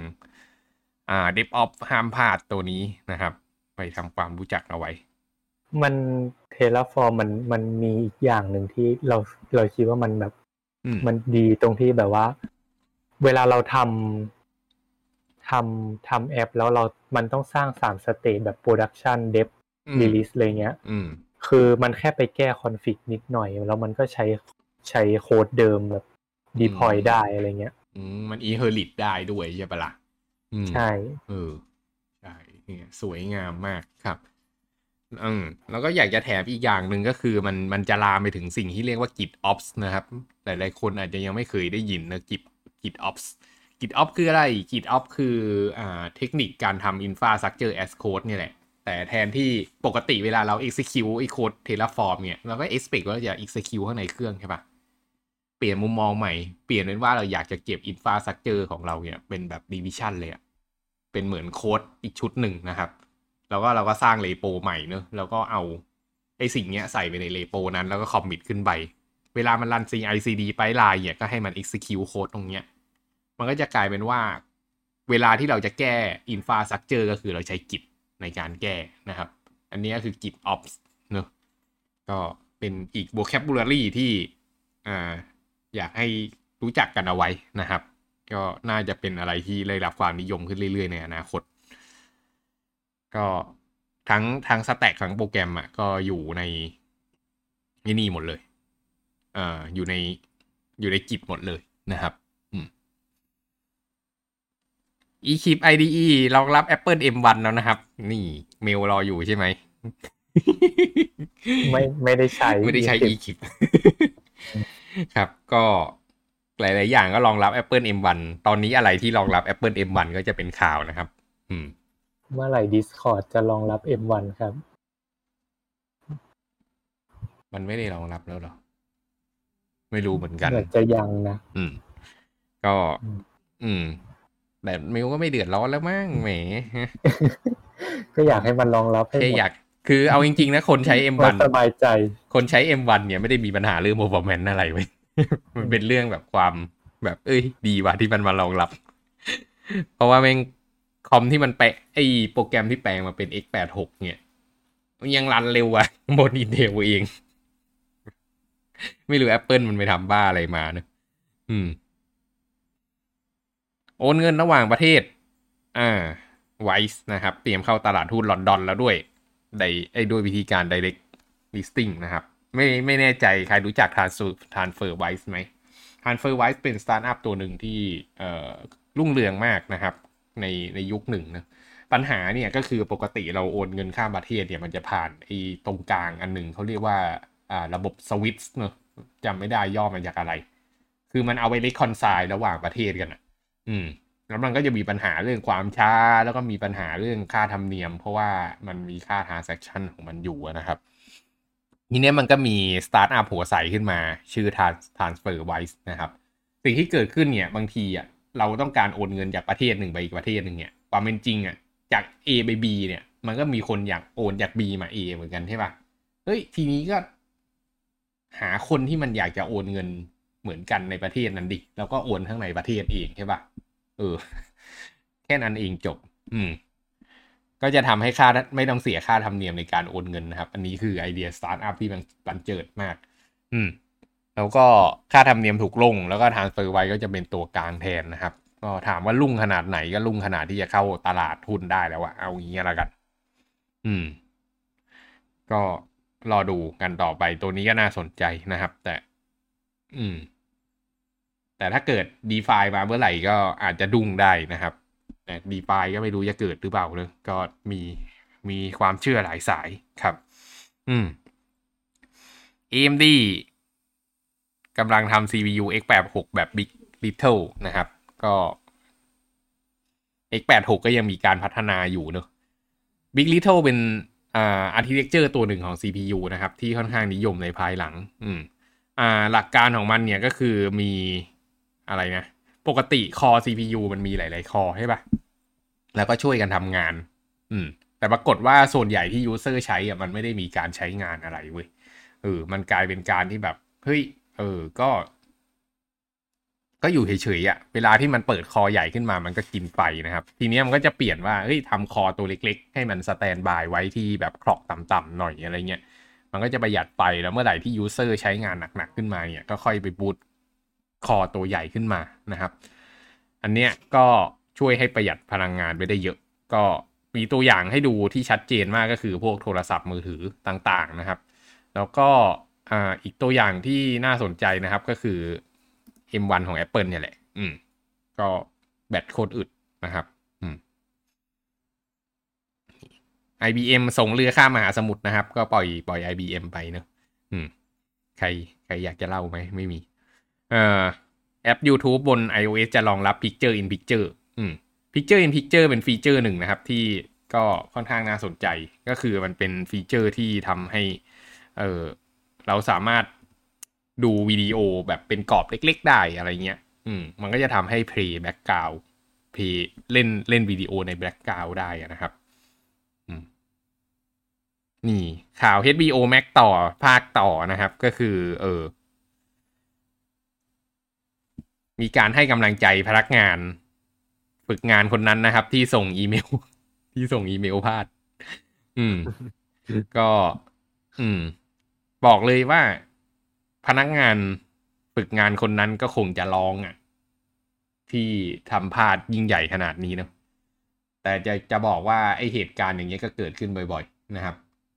DevOps ห้ามพลาดตัวนี้นะครับไปทำความรู้จักเอาไว้มัน Terraform มันมีอีกอย่างหนึ่งที่เราคิดว่ามันแบบมันดีตรงที่แบบว่าเวลาเราทำแอปแล้วมันต้องสร้าง3สเตจแบบ Production Dev Release อะไรเงี้ยคือมันแค่ไปแก้คอนฟิกนิดหน่อยแล้วมันก็ใช้โค้ดเดิมแบบ deploy ได้อะไรเงี้ยมัน inherit ได้ด้วยใช่ปะล่ะใช่ใช่เนี่ยสวยงามมากครับแล้วก็อยากจะแถมอีกอย่างหนึ่งก็คือมันจะลามไปถึงสิ่งที่เรียกว่า GitOps นะครับหลายๆคนอาจจะยังไม่เคยได้ยินนะ GitOps คืออะไร GitOps คือเทคนิคการทำ Infrastructure as Code เนี่ยแหละแต่แทนที่ปกติเวลาเรา execute ไอ้โค้ด Terraform เนี่ยเราก็ expect ว่าจะ execute ข้างในเครื่องใช่ปะเปลี่ยนมุมมองใหม่เปลี่ยนเป็นว่าเราอยากจะเก็บ Infrastructure ของเราเนี่ยเป็นแบบ Division เลยอะเป็นเหมือนโค้ดอีกชุดหนึ่งนะครับแล้วก็เราก็สร้างเรโปใหม่เนอะแล้วก็เอาไอ้สิ่งเนี้ยใส่ไปในเรโปนั้นแล้วก็คอมมิตขึ้นไปเวลามันรัน CI/CD ไปไลน์เนี่ยก็ให้มัน execute โค้ดตรงเนี้ยมันก็จะกลายเป็นว่าเวลาที่เราจะแก้ infrastructure ก็คือเราใช้ Git ในการแก้นะครับอันนี้ก็คือ GitOps เนอะก็เป็นอีก vocabulary ที่อยากให้รู้จักกันเอาไว้นะครับก็น่าจะเป็นอะไรที่ได้รับความนิยมขึ้นเรื่อยๆในอนาคตก็ทั้งสแต็กทั้งโปรแกรมก็อยู่ในนี่หมดเลยอยู่ในกิจหมดเลยนะครับeClip IDE รองรับ Apple M1 แล้วนะครับนี่เมลรออยู่ใช่ไหมไม่ได้ใช้ eClip ครับก็หลายๆอย่างก็รองรับ Apple M1 ตอนนี้อะไรที่รองรับ Apple M1 ก็จะเป็นข่าวนะครับเมื่อไหร่ Discord จะรองรับ M1 ครับมันไม่ได้รองรับแล้วหรอไม่รู้เหมือนกันจะยังนะก็แต่มิวก็ไม่เดือดร้อนแล้วมั้งแหมก็อยากให้มันรองรับให้หมดอยากคือเอาจริงๆนะคนใช้ M1 สบายใจคนใช้ M1 เนี่ยไม่ได้มีปัญหาเรื่อง performance อะไรเว้ยมันเป็นเรื่องแบบความแบบดีว่ะที่มันมารองรับเพราะว่าแม่งคอมที่มันแปะไอ้โปรแกรมที่แปลงมาเป็น x86 เนี่ยยังรันเร็วอ่ะบน Intel เองไม่รู้ Apple มันไปทำบ้าอะไรมาเนอะโอนเงินระหว่างประเทศWise นะครับเตรียมเข้าตลาดหุ้นลอนดอนแล้วด้วยด้วยวิธีการ direct listing นะครับไม่แน่ใจใครรู้จัก TransferWise ไหม TransferWise เป็นสตาร์ทอัพตัวหนึ่งที่รุ่งเรืองมากนะครับในยุคหนึ่งนะปัญหาเนี่ยก็คือปกติเราโอนเงินข้ามประเทศเนี่ยมันจะผ่านไอ้ตรงกลางอันหนึ่งเขาเรียกว่าระบบสวิตช์เนอะจำไม่ได้ย่อมาจากอะไรคือมันเอาไว้reconcileระหว่างประเทศกันแล้วมันก็จะมีปัญหาเรื่องความช้าแล้วก็มีปัญหาเรื่องค่าธรรมเนียมเพราะว่ามันมีค่า transaction ของมันอยู่นะครับทีนี้มันก็มีสตาร์ทอัพหัวใสขึ้นมาชื่อ TransferWise นะครับสิ่งที่เกิดขึ้นเนี่ยบางทีเราต้องการโอนเงินจากประเทศหนึ่งไปอีกประเทศหนึ่งเนี่ยความเป็นจริงจาก A ไป B เนี่ยมันก็มีคนอยากโอนจาก B มา A เหมือนกันใช่ป่ะทีนี้ก็หาคนที่มันอยากจะโอนเงินเหมือนกันในประเทศนั้นดิแล้วก็โอนข้างในประเทศเองใช่ป่ะแค่นั้นเองจบก็จะทำให้ไม่ต้องเสียค่าธรรมเนียมในการโอนเงินนะครับอันนี้คือไอเดียสตาร์ทอัพที่มันบันเจิดมากแล้วก็ค่าธรรมเนียมถูกลงแล้วก็TransferWiseก็จะเป็นตัวกลางแทนนะครับก็ถามว่ารุ่งขนาดไหนก็รุ่งขนาดที่จะเข้าตลาดหุ้นได้แล้วเอางี้แล้วกันก็รอดูกันต่อไปตัวนี้ก็น่าสนใจนะครับแต่ถ้าเกิด DeFi มาเมื่อไหร่ก็อาจจะดุ้งได้นะครับแต่ DeFi ก็ไม่รู้จะเกิดหรือเปล่าเลยก็มีความเชื่อหลายสายครับAMD กำลังทำ CPU x86 แบบ Big Little นะครับก็ x86 ก็ยังมีการพัฒนาอยู่เนอะ Big Little เป็น architecture ตัวหนึ่งของ CPU นะครับที่ค่อนข้างนิยมในภายหลังหลักการของมันเนี่ยก็คือมีอะไรนะปกติคอ CPU มันมีหลายๆคอใช่ป่ะแล้วก็ช่วยกันทำงานแต่ปรากฏว่าส่วนใหญ่ที่ user ใช้มันไม่ได้มีการใช้งานอะไรเว้ยมันกลายเป็นการที่แบบเฮ้ยก็อยู่เฉยๆเวลาที่มันเปิดคอใหญ่ขึ้นมามันก็กินไฟนะครับทีนี้มันก็จะเปลี่ยนว่าเฮ้ยทำคอตัวเล็กๆให้มันสแตนบายไว้ที่แบบคล็อกต่ำๆหน่อยอะไรเงี้ยมันก็จะประหยัดไฟแล้วเมื่อไหร่ที่ยูเซอร์ใช้งานหนักๆขึ้นมาเนี่ยก็ค่อยไปบูตคอตัวใหญ่ขึ้นมานะครับอันเนี้ยก็ช่วยให้ประหยัดพลังงานไปได้เยอะก็มีตัวอย่างให้ดูที่ชัดเจนมากก็คือพวกโทรศัพท์มือถือต่างๆนะครับแล้วก็อีกตัวอย่างที่น่าสนใจนะครับก็คือ M1 ของ Apple เนี่ยแหละก็แบตโคตรอึดนะครับIBM ส่งเรือข้ามมหาสมุทรนะครับก็ปล่อย IBM ไปเนอะใครอยากจะเล่าไหมไม่มีแอป YouTube บน iOS จะรองรับ Picture in Picture Picture in Picture เป็นฟีเจอร์หนึ่งนะครับที่ก็ค่อนข้างน่าสนใจก็คือมันเป็นฟีเจอร์ที่ทำให้เราสามารถดูวิดีโอแบบเป็นกรอบเล็กๆได้อะไรเงี้ยมันก็จะทำให้ play background play เล่นวิดีโอใน background ได้นะครับนี่ข่าว HBO Max ต่อภาคต่อนะครับก็คือมีการให้กำลังใจพนักงานฝึกงานคนนั้นนะครับที่ส่งอีเมลพลาดก็บอกเลยว่าพนักงานฝึกงานคนนั้นก็คงจะร้องที่ทำพลาดยิ่งใหญ่ขนาดนี้เนาะแต่จะบอกว่าไอเหตุการณ์อย่างเงี้ยก็เกิดขึ้นบ่อยๆนะครับ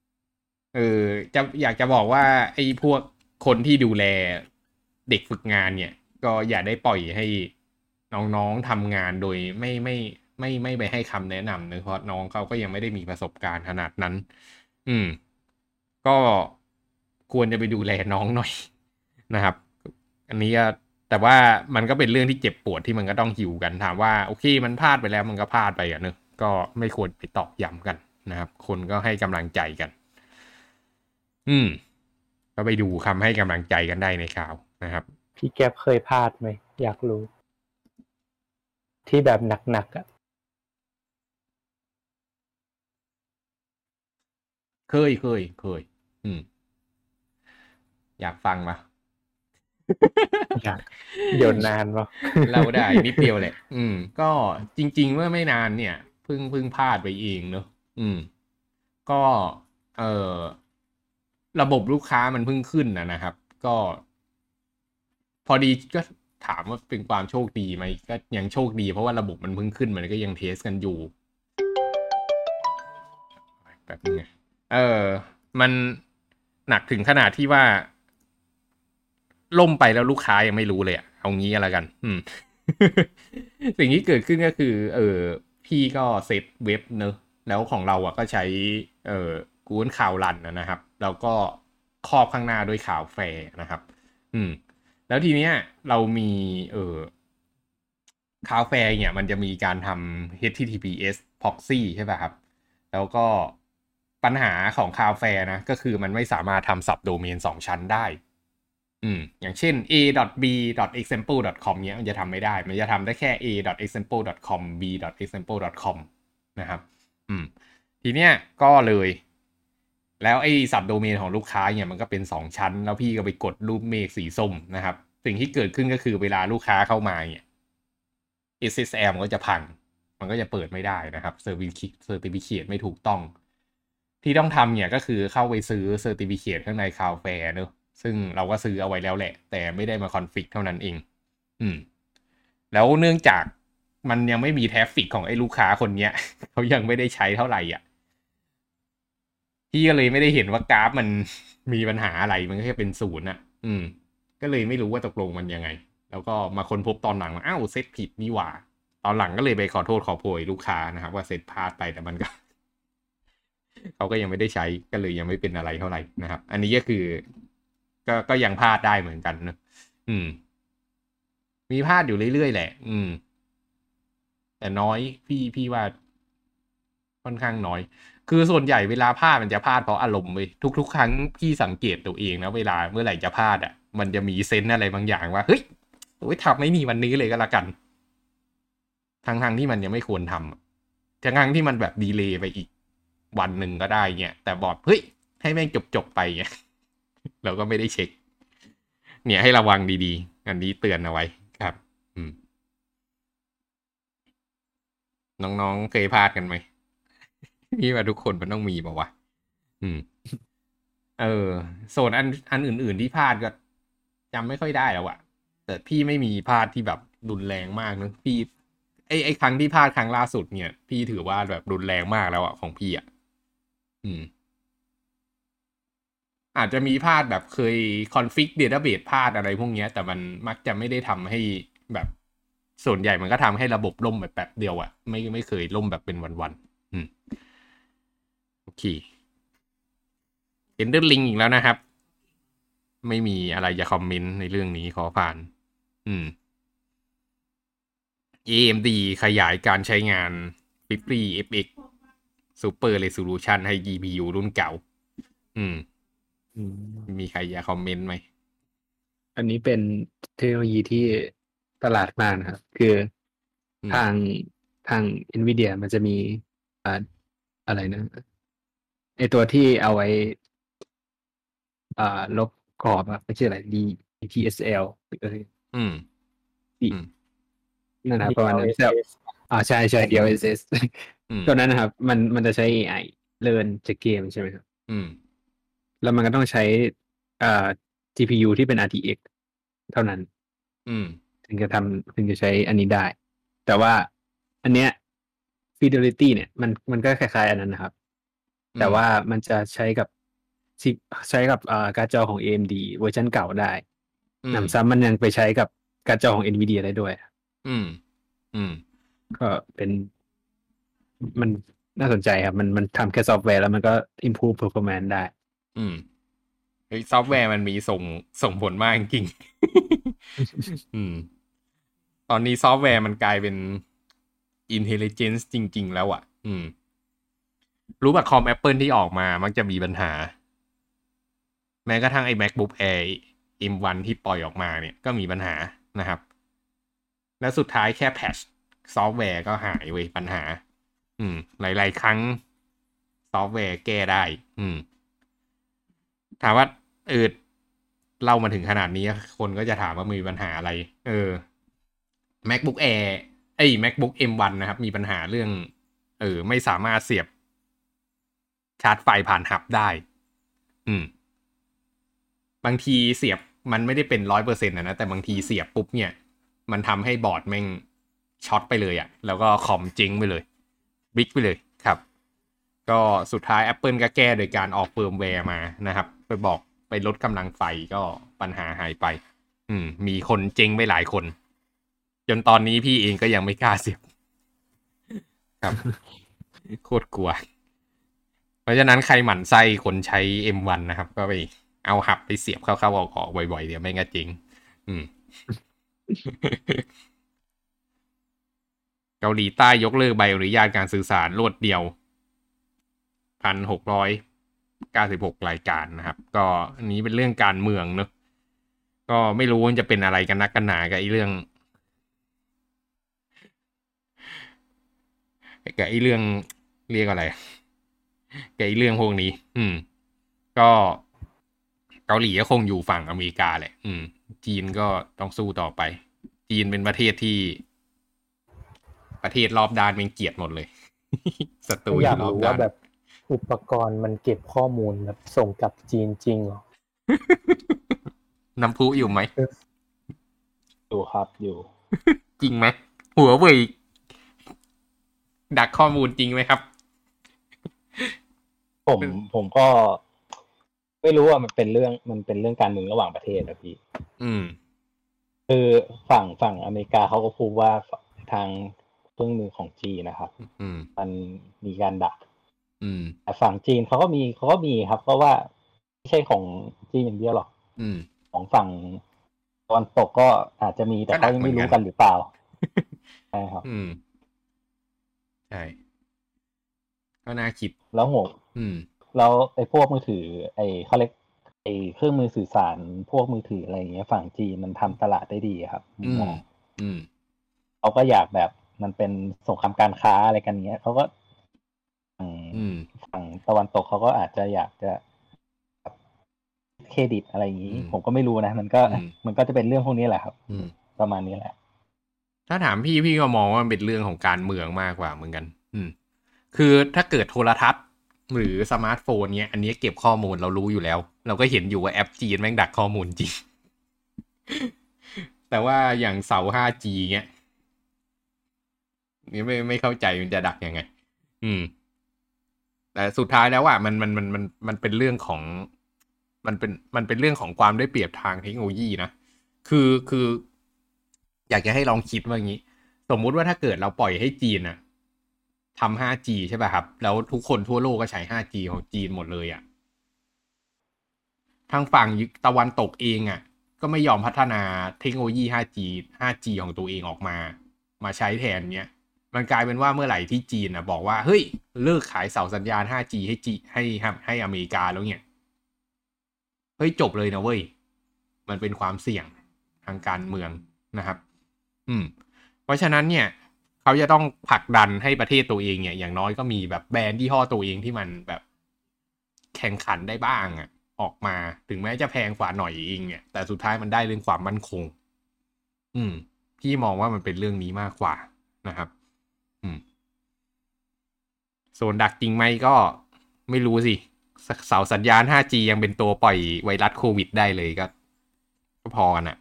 อยากจะบอกว่าไอพวกคนที่ดูแลเด็กฝึกงานเนี่ยก็อย่าได้ปล่อยให้น้องๆทำงานโดยไม่ไปให้คำแนะนำเนอะเพราะน้องเขาก็ยังไม่ได้มีประสบการณ์ขนาดนั้นก็ควรจะไปดูแลน้องหน่อยนะครับอันนี้แต่ว่ามันก็เป็นเรื่องที่เจ็บปวดที่มันก็ต้องหิวกันถามว่าโอเคมันพลาดไปแล้วมันก็พลาดไปเนอะก็ไม่ควรไปตอกย้ำกันนะครับคนก็ให้กำลังใจกันก็ไปดูคำให้กำลังใจกันได้ในข่าวนะครับพี่แก๊ปเคยพลาดไหมอยากรู้ที่แบบหนักๆเคยอยากฟังปะอยากเดี๋ยวนานปะเล่าได้นิดเดียวแหละก็จริงๆเมื่อไม่นานเนี่ยเพิ่งพลาดไปเองเนอะก็ระบบลูกค้ามันเพิ่งขึ้นนะครับก็พอดีก็ถามว่าเป็นความโชคดีไหมก็ยังโชคดีเพราะว่าระบบมันเพิ่งขึ้นมันก็ยังเทสกันอยู่แบบนี้ไงมันหนักถึงขนาดที่ว่าล่มไปแล้วลูกค้ายังไม่รู้เลยเอางี้อะไรกันสิ่งที่เกิดขึ้นก็คือพี่ก็เซตเว็บเนอะแล้วของเราก็ใช้Google Cloud Runนะครับแล้วก็ครอบข้างหน้าด้วยข่าวแฟร์นะครับแล้วทีเนี้ยเรามีข่าวแฟร์เนี่ยมันจะมีการทำ HTTPS proxy ใช่ป่ะครับแล้วก็ปัญหาของข่าวแฟร์นะก็คือมันไม่สามารถทำ subdomain 2 ชั้นได้อย่างเช่น a.b.example.com เนี้ยมันจะทำไม่ได้มันจะทำได้แค่ a.example.com b.example.com นะครับทีเนี้ยก็เลยแล้วไอ้สับโดเมนของลูกค้าเนี่ยมันก็เป็น2ชั้นแล้วพี่ก็ไปกดรูปเมฆสีส้มนะครับสิ่งที่เกิดขึ้นก็คือเวลาลูกค้าเข้ามาเนี่ย SSL มันก็จะพังมันก็จะเปิดไม่ได้นะครับเซอร์ติฟิเคตไม่ถูกต้องที่ต้องทำเนี่ยก็คือเข้าไปซื้อเซอร์ติฟิเคตข้างใน Cloudflare เนอะซึ่งเราก็ซื้อเอาไว้แล้วแหละแต่ไม่ได้มาคอนฟิกเท่านั้นเองแล้วเนื่องจากมันยังไม่มีแทฟฟิกของไอ้ลูกค้าคนเนี้ยเขายังไม่ได้ใช้เท่าไหร่พี่ก็เลยไม่ได้เห็นว่ากราฟมันมีปัญหาอะไรมันก็แค่เป็น0ก็เลยไม่รู้ว่าตกลงมันยังไงแล้วก็มาค้นพบตอนหลังว่าอ้าวเซตผิดนี่หว่าตอนหลังก็เลยไปขอโทษขอโพยลูกค้านะครับว่าเซตพลาดไปแต่มันก็เขาก็ยังไม่ได้ใช้ก็เลยยังไม่เป็นอะไรเท่าไหร่นะครับอันนี้ก็คือก็ยังพลาดได้เหมือนกันนะมีพลาดอยู่เรื่อยๆแหละแต่น้อยพี่ว่าค่อนข้างน้อยคือส่วนใหญ่เวลาพลาดมันจะพลาดเพราะอารมณ์เว้ยทุกๆครั้งพี่สังเกตตัวเองนะเวลาเมื่อไหร่จะพลาดอ่ะมันจะมีเซนส์อะไรบางอย่างว่าเฮ้ยโอ้ยทำไม่มีวันนี้เลยก็แล้วกันทั้งที่มันยังไม่ควรทำทั้งที่มันแบบดีเลย์ไปอีกวันหนึ่งก็ได้เงี้ยแต่บอกเฮ้ยให้แม่งจบไปเงี้ยเราก็ไม่ได้เช็คเนี่ยให้ระวังดีๆอันนี้เตือนเอาไว้ครับน้องๆเคยพลาดกันไหมพี่ว่าทุกคนมันต้องมีป่าวะโซนอันอื่นๆที่พลาดก็จำไม่ค่อยได้แล้วอะแต่พี่ไม่มีพลาดที่แบบรุนแรงมากนะพี่ไอ้ครั้งที่พลาดครั้งล่าสุดเนี่ยพี่ถือว่าแบบรุนแรงมากแล้วอะของพี่อะอาจจะมีพลาดแบบเคยคอนฟิกเดต้าเบสพลาดอะไรพวกนี้แต่มันมักจะไม่ได้ทำให้แบบส่วนใหญ่มันก็ทำให้ระบบล่มแบบเดียวอะไม่เคยล่มแบบเป็นวันๆโอเคElden Ring อีกแล้วนะครับไม่มีอะไรจะคอมเมนต์ในเรื่องนี้ขอผ่านAMD ขยายการใช้งาน 50FX Super Resolution ให้ GPU รุ่นเก่ามีใครอยากคอมเมนต์ไหมอันนี้เป็นเทคโนโลยีที่ตลาดมากนะครับคือทาง NVIDIA มันจะมีอะไรนะไอตัวที่เอาไว้ลบกรอบอะไม่ใช่อะไร DTSL อะไรนั่นนะประมาณนั้นใช่DLSS ตัวนั้นนะครับมันจะใช้ AI เรียนจากเกมใช่ไหมครับแล้วมันก็ต้องใช้GPU ที่เป็น RTX เท่านั้นถึงจะใช้อันนี้ได้ แต่ว่าอันเนี้ย Fidelity เนี่ยมันก็คล้ายๆอันนั้นนะครับ แต่ว่ามันจะใช้กับการ์ดจอของ AMD เวอร์ชันเก่าได้หนำซ้ำมันยังไปใช้กับการ์ดจอของ NVIDIA ได้ด้วยก็เป็นมันน่าสนใจครับมันทำแค่ซอฟต์แวร์แล้วมันก็ improve performance ได้ซอฟต์แวร์มันมีส่งผลมากจริงตอนนี้ซอฟต์แวร์มันกลายเป็น intelligence จริงๆแล้วอ่ะรู้ป่ะคอม Apple ที่ออกมามักจะมีปัญหาแม้กระทั่งไอ้ MacBook Air M1 ที่ปล่อยออกมาเนี่ยก็มีปัญหานะครับและสุดท้ายแค่แพทช์ซอฟต์แวร์ก็หายเว้ยปัญหาหลายๆครั้งซอฟต์แวร์แก้ได้ถามว่าเล่ามาถึงขนาดนี้คนก็จะถามว่ามีปัญหาอะไรMacBook Air MacBook M1 นะครับมีปัญหาเรื่องไม่สามารถเสียบชาร์จไฟผ่านหับได้บางทีเสียบมันไม่ได้เป็น 100% นะแต่บางทีเสียบปุ๊บเนี่ยมันทำให้บอร์ดแม่งช็อตไปเลยอ่ะแล้วก็คอมเจ๊งไปเลยบิ๊กไปเลยครับก็สุดท้าย Apple ก็แก้โดยการออกเฟิร์มแวร์มานะครับไปลดกำลังไฟก็ปัญหาหายไปมีคนเจ๊งไปหลายคนจนตอนนี้พี่เองก็ยังไม่กล้าเสียบครับโคตรกลัวเพราะฉะนั้นใครหมั่นไส้คนใช้ M1 นะครับก็ไปเอาหับไปเสียบเข้าๆออกๆบ่อยๆเดี๋ยวไม่งั้นเจ๊งเกาหลีใต้ยกเลิกใบอนุญาตการสื่อสารรวดเดียว 1,696 รายการนะครับก็อันนี้เป็นเรื่องการเมืองเนอะก็ไม่รู้ว่าจะเป็นอะไรกันนักกันหนากับไอ้เรื่องเรียกอะไรกับไอ้เรื่องพวกนี้ก็เกาหลีก็คงอยู่ฝั่งอเมริกาแหละจีนก็ต้องสู้ต่อไปจีนเป็นประเทศที่ประเทศรอบด้านเป็นเกียรติหมดเลยศัตรูอยากรอบรู้ด้าว่าน แบบอุปกรณ์มันเก็บข้อมูลแบบส่งกลับจีนจริงเหรอน้ำพุอยู่ไหมอยู่ครับอยู่จริงไหมหัวเว่ยดักข้อมูลจริงไหมครับผมก็ไม่รู้ว่ามันเป็นเรื่องการเมืองระหว่างประเทศนะพี่คือฝั่งอเมริกาเขาก็พูดว่าทางเครื่องมือของจีนนะครับมันมีการดักแต่ฝั่งจีนเขาก็มีครับเพราะว่าไม่ใช่ของจีนอย่างเดียวหรอกของฝั่งตะวันตกก็อาจจะมีแต่เขายังไม่รู้กันหรือเปล่าใช่ครับใช่ก็น่าคิดแล้วแล้วไอ้พวกมือถือเขาเรียกไอ้เครื่องมือสื่อสารพวกมือถืออะไรอย่างเงี้ยฝั่งจีนมันทำตลาดได้ดีครับมองเขาก็อยากแบบมันเป็นสงครามการค้าอะไรกันเงี้ยเขาก็ฝั่งตะวันตกเขาก็อาจจะอยากจะเครดิตอะไรอย่างนี้ผมก็ไม่รู้นะมันก็จะเป็นเรื่องพวกนี้แหละครับประมาณนี้แหละถ้าถามพี่ก็มองว่ามันเป็นเรื่องของการเมืองมากกว่าเหมือนกันคือถ้าเกิดโทรทัศน์หรือสมาร์ทโฟนเนี้ยอันนี้เก็บข้อมูลเรารู้อยู่แล้วเราก็เห็นอยู่ว่าแอปจีนแม่งดักข้อมูลจริง แต่ว่าอย่างเสา 5G เงี้ยนี่ไม่เข้าใจมันจะดักยังไงแต่สุดท้ายแล้วอ่ะมันเป็นเรื่องของมันเป็นเรื่องของความได้เปรียบทางเทคโนโลยีนะคืออยากจะให้ลองคิดว่าอย่างนี้สมมุติว่าถ้าเกิดเราปล่อยให้จีนนะทำ 5G ใช่ป่ะครับแล้วทุกคนทั่วโลกก็ใช้ 5G ของจีนหมดเลยอ่ะทางฝั่งตะวันตกเองอ่ะก็ไม่ยอมพัฒนาเทคโนโลยี 5G ของตัวเองออกมาใช้แทนเนี้ยมันกลายเป็นว่าเมื่อไหร่ที่จีนอ่ะบอกว่าเฮ้ยเลิกขายเสาสัญญาณ 5G ให้อเมริกาแล้วเนี่ยเฮ้ยจบเลยนะเว้ยมันเป็นความเสี่ยงทางการเมืองนะครับเพราะฉะนั้นเนี่ยเขาจะต้องผลักดันให้ประเทศตัวเองเนี่ยอย่างน้อยก็มีแบบแบรนด์ยี่ห้อตัวเองที่มันแบบแข่งขันได้บ้างอ่ะออกมาถึงแม้จะแพงกว่าหน่อยเองเนี่ยแต่สุดท้ายมันได้เรื่องความมั่นคงพี่มองว่ามันเป็นเรื่องนี้มากกว่านะครับส่วนดักจริงไหมก็ไม่รู้สิเสาสัญญาณ 5G ยังเป็นตัวปล่อยไวรัสโควิดได้เลยก็พอกันอ่ะ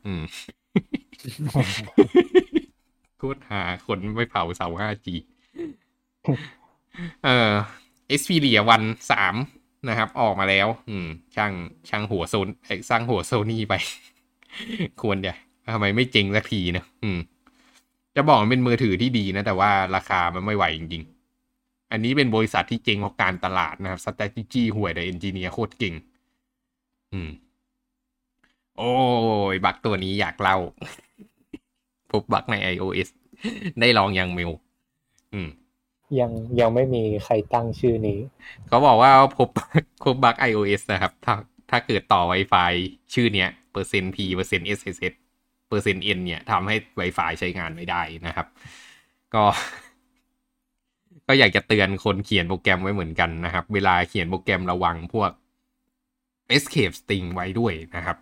พูดหาคนไม่เผาเสา 5G Xperia One 3นะครับออกมาแล้วช่างหัวสร้างหัวโซนี่ไป ควรจะทำไมไม่เจ๋งสักทีนะจะบอกมันเป็นมือถือที่ดีนะแต่ว่าราคามันไม่ไหวจริงๆอันนี้เป็นบริษัทที่เจ๋งเพราะการตลาดนะครับ strategy ห่วยแต่ engineer โคตรเก่งโอ้ยบั๊กตัวนี้อยากเล่าพบบั๊กใน iOS ได้ลองยังมิวยังไม่มีใครตั้งชื่อนี้เขาบอกว่าพบบั๊ก iOS นะครับถ้าเกิดต่อ Wi-Fi ชื่อเนี้ย%P %SSS %N เนี่ยทำให้ Wi-Fi ใช้งานไม่ได้นะครับก็อยากจะเตือนคนเขียนโปรแกรมไว้เหมือนกันนะครับเวลาเขียนโปรแกรมระวังพวก escape string ไว้ด้วยนะครับ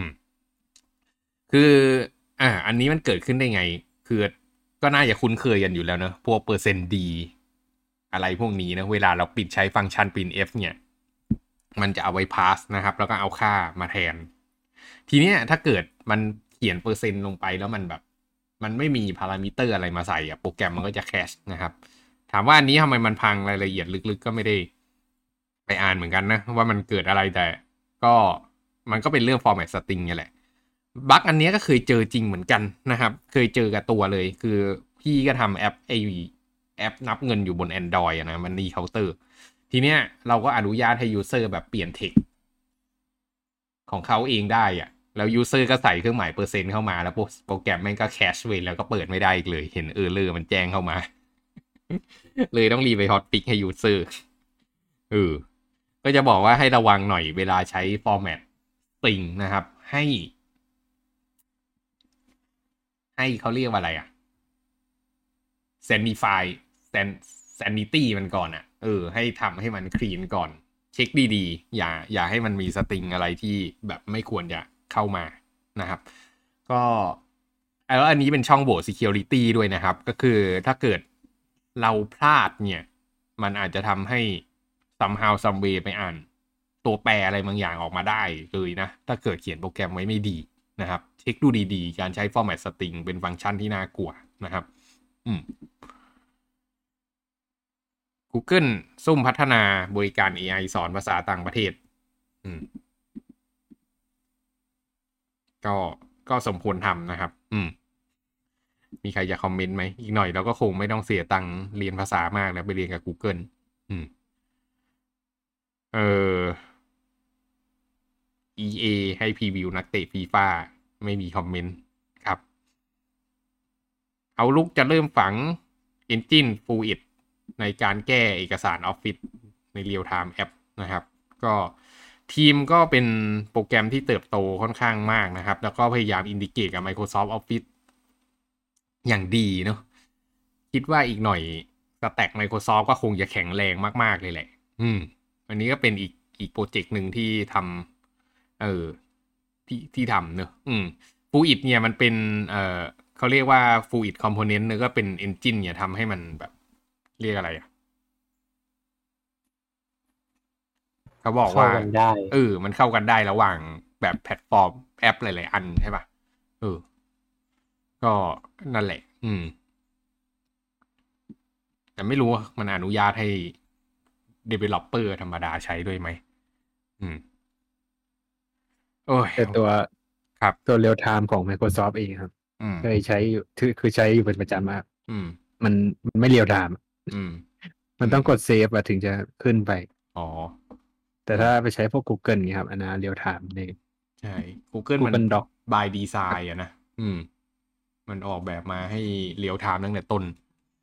คืออันนี้มันเกิดขึ้นได้ไงคือก็น่าจะคุ้นเคยกันอยู่แล้วเนอะพวก%D อะไรพวกนี้นะเวลาเราปิดใช้ฟังก์ชัน printf เนี่ยมันจะเอาไว้ pass นะครับแล้วก็เอาค่ามาแทนทีเนี้ยถ้าเกิดมันเขียน%ลงไปแล้วมันแบบมันไม่มีพารามิเตอร์อะไรมาใส่โปรแกรมมันก็จะแคชนะครับถามว่าอันนี้ทำไมมันพังรายละเอียดลึกๆก็ไม่ได้ไปอ่านเหมือนกันนะว่ามันเกิดอะไรแต่ก็มันก็เป็นเรื่อง format string นี่แหละบั๊กอันนี้ก็เคยเจอจริงเหมือนกันนะครับเคยเจอกับตัวเลยคือพี่ก็ทำแอปนับเงินอยู่บน Android นะมันมีเคาน์เตอร์ทีเนี้ยเราก็อนุญาตให้ user แบบเปลี่ยน text ของเขาเองได้อะแล้ว user ก็ใส่เครื่องหมาย%เข้ามาแล้วโปรแกรมแม่งก็แคชไว้แล้วก็เปิดไม่ได้อีกเลยเห็นerrorมันแจ้งเข้ามาเลยต้องรีไปฮอตฟิกให้ user ก็จะบอกว่าให้ระวังหน่อยเวลาใช้ format string นะครับให้เขาเรียกว่าอะไรsanity มันก่อนให้ทำให้มันคลีนก่อนเช็คดีๆอย่าให้มันมีสตริงอะไรที่แบบไม่ควรจะเข้ามานะครับก็แล้วอันนี้เป็นช่องโหว่ security ด้วยนะครับก็คือถ้าเกิดเราพลาดเนี่ยมันอาจจะทำให้ somehow some way ไปอ่านตัวแปรอะไรบางอย่างออกมาได้เลยนะถ้าเกิดเขียนโปรแกรมไว้ไม่ดีนะครับเช็คดูดีๆการใช้ format string เป็นฟังก์ชันที่น่ากลัวนะครับGoogle ซุ่มพัฒนาบริการ AI สอนภาษาต่างประเทศก็สมควรทำนะครับมีใครจะคอมเมนต์ไหมอีกหน่อยเราก็คงไม่ต้องเสียตังค์เรียนภาษามากแล้วไปเรียนกับ Google EA ให้พรีวิวนักเตะฟีฟ่าไม่มีคอมเมนต์ครับเอาลุกจะเริ่มฝัง Engine Fluid ในการแก้เอกสาร Office ใน Real Time App นะครับก็ทีมก็เป็นโปรแกรมที่เติบโตค่อนข้างมากนะครับแล้วก็พยายามอินทิเกรตกับ Microsoft Office อย่างดีเนาะคิดว่าอีกหน่อยสแต็ก Microsoft ก็คงจะแข็งแรงมากๆเลยแหละอันนี้ก็เป็นอีกโปรเจกต์หนึ่งที่ทำที่ทำเนอะFluid เนี่ยมันเป็นเขาเรียกว่า Fluid Component เนี่ยก็เป็น engine เนี่ยทำให้มันแบบเรียกอะไรเขาบอกว่าเข้ากันได้มันเข้ากันได้ระหว่างแบบแพลตฟอร์มแอปหลายๆอันใช่ป่ะก็นั่นแหละแต่ไม่รู้มันอนุญาตให้ developer ธรรมดาใช้ด้วยไหมโอ้ยแต่ตัวครับตัว real time ของ Microsoft เองครับเคยใช้อยู่คือใช้อยู่เป็นประจำมากมันไม่ real time มันต้องกดเซฟถึงจะขึ้นไปแต่ถ้าไปใช้พวก Google เนี่ยครับอันนั้น real time เลยใช่ Google มัน Doc by design นะมันออกแบบมาให้ real time ตั้งแต่ต้น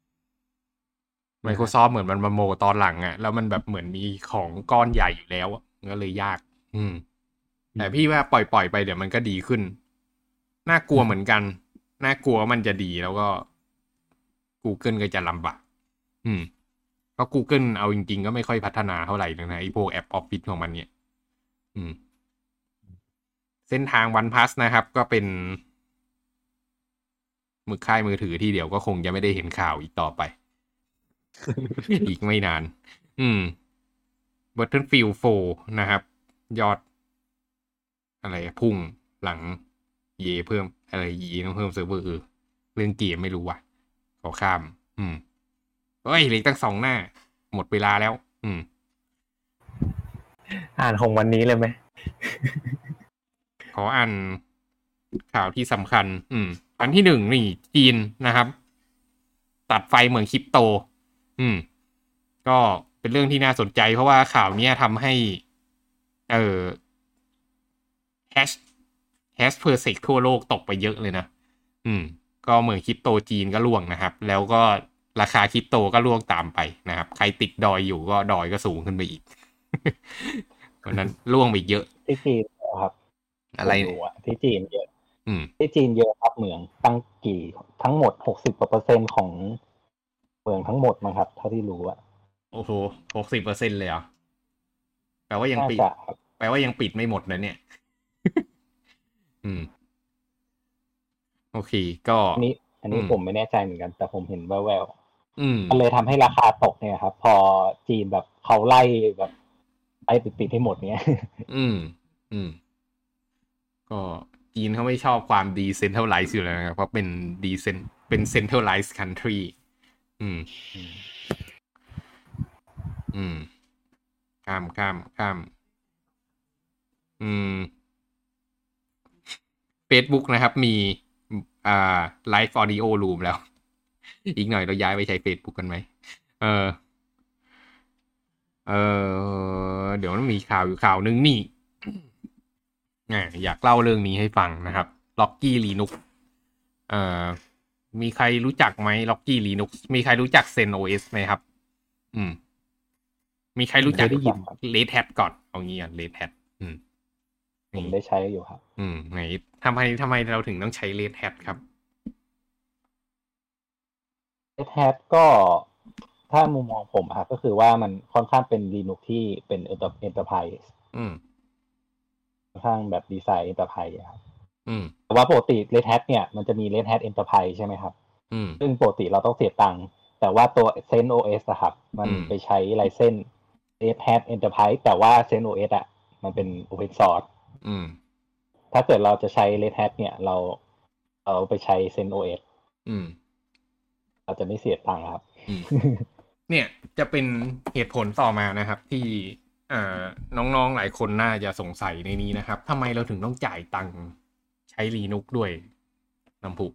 Microsoft เหมือนมันมาโมตอนหลังแล้วมันแบบเหมือนมีของก้อนใหญ่อยู่แล้วก็เลยยากแต่พี่ว่าปล่อยไปเดี๋ยวมันก็ดีขึ้นน่ากลัวเหมือนกันน่ากลัวมันจะดีแล้วก็ Google ก็จะลำบากเพราะ Google เอาจริงๆก็ไม่ค่อยพัฒนาเท่าไหร่นะไอ้พวกแอป Office ของมันเนี่ยเส้นทาง OnePlus นะครับก็เป็นค่ายมือถือที่เดี๋ยวก็คงจะไม่ได้เห็นข่าวอีกต่อไป อีกไม่นานBattlefield 4 นะครับยอดอะไรพุ่งหลังเพิ่มอะไรต้องเพิ่มเซิร์ฟเวอร์เรื่องเกมไม่รู้ว่ะขอข้ามเฮ้ยเหลือตั้ง2 หน้าหมดเวลาแล้วอ่านของวันนี้เลยไหมขออ่านข่าวที่สำคัญอันที่1นี่จีนนะครับตัดไฟเหมืองคริปโตก็เป็นเรื่องที่น่าสนใจเพราะว่าข่าวนี้ทำให้แฮชเพอร์เซกทั่วโลกตกไปเยอะเลยนะก็เหมือนคริปโตจีนก็ร่วงนะครับแล้วก็ราคาคริปโตก็ร่วงตามไปนะครับใครติดดอยอยู่ก็ดอยก็สูงขึ้นไปอีกเพราะนั้นร่วงไปเยอะที่จีนครับอะไรที่จีนเยอะที่จีนเยอะครับเหมืองตั้งทั้งหมด60% ของเหมืองทั้งหมดมั้งครับเท่าที่รู้โอ้โห60%เลยเหรอแปลว่ายังปิดไม่หมดนะเนี่ยโอเคก็อันนี้ผมไม่แน่ใจเหมือนกันแต่ผมเห็นแววๆมันเลยทำให้ราคาตกเนี่ยครับพอจีนแบบเขาไล่แบบไล่ปิดให้หมดเนี้ยก็จีนเขาไม่ชอบความดีเซนเทรลไลซ์อยู่แล้วนะครับเพราะเป็นเซนเทรลไลซ์คันทรีข้ามFacebook นะครับมีไลฟ์ออดิโอรูมแล้วอีกหน่อยเราย้ายไปใช้ Facebook กันไหมเดี๋ยวมันมีข่าวอยู่ข่าวนึงนี่อยากเล่าเรื่องนี้ให้ฟังนะครับ Locky Linux มีใครรู้จักไหม Locky Linux มีใครรู้จัก ZenOS ไหมครับมีใครรู้จัก Red Hat ก่อนเอางี้Red Hat ผมได้ใช้อยู่ครับไหนทำไมเราถึงต้องใช้ Red Hat ครับ Red Hat ก็ถ้ามุมมองผมครับก็คือว่ามันค่อนข้างเป็น Linux ที่เป็น Enterprise ค่อนข้างแบบดีไซน์ Enterprise ครับแต่ว่าปกติ Red Hat เนี่ยมันจะมี Red Hat Enterprise ใช่ไหมครับซึ่งปกติเราต้องเสียตังค์แต่ว่าตัว ZenOS นะครับมันไปใช้ไลเซนส์ Red Hat Enterprise แต่ว่า ZenOS มันเป็น Open Source ถ้าเกิดเราจะใช้ Red Hat เนี่ยเราไปใช้ ZenOS เราจะไม่เสียตังค์ครับเนี่ยจะเป็นเหตุผลต่อมานะครับที่น้องๆหลายคนน่าจะสงสัยในนี้นะครับทำไมเราถึงต้องจ่ายตังค์ใช้ Linux ด้วยน้ำพุ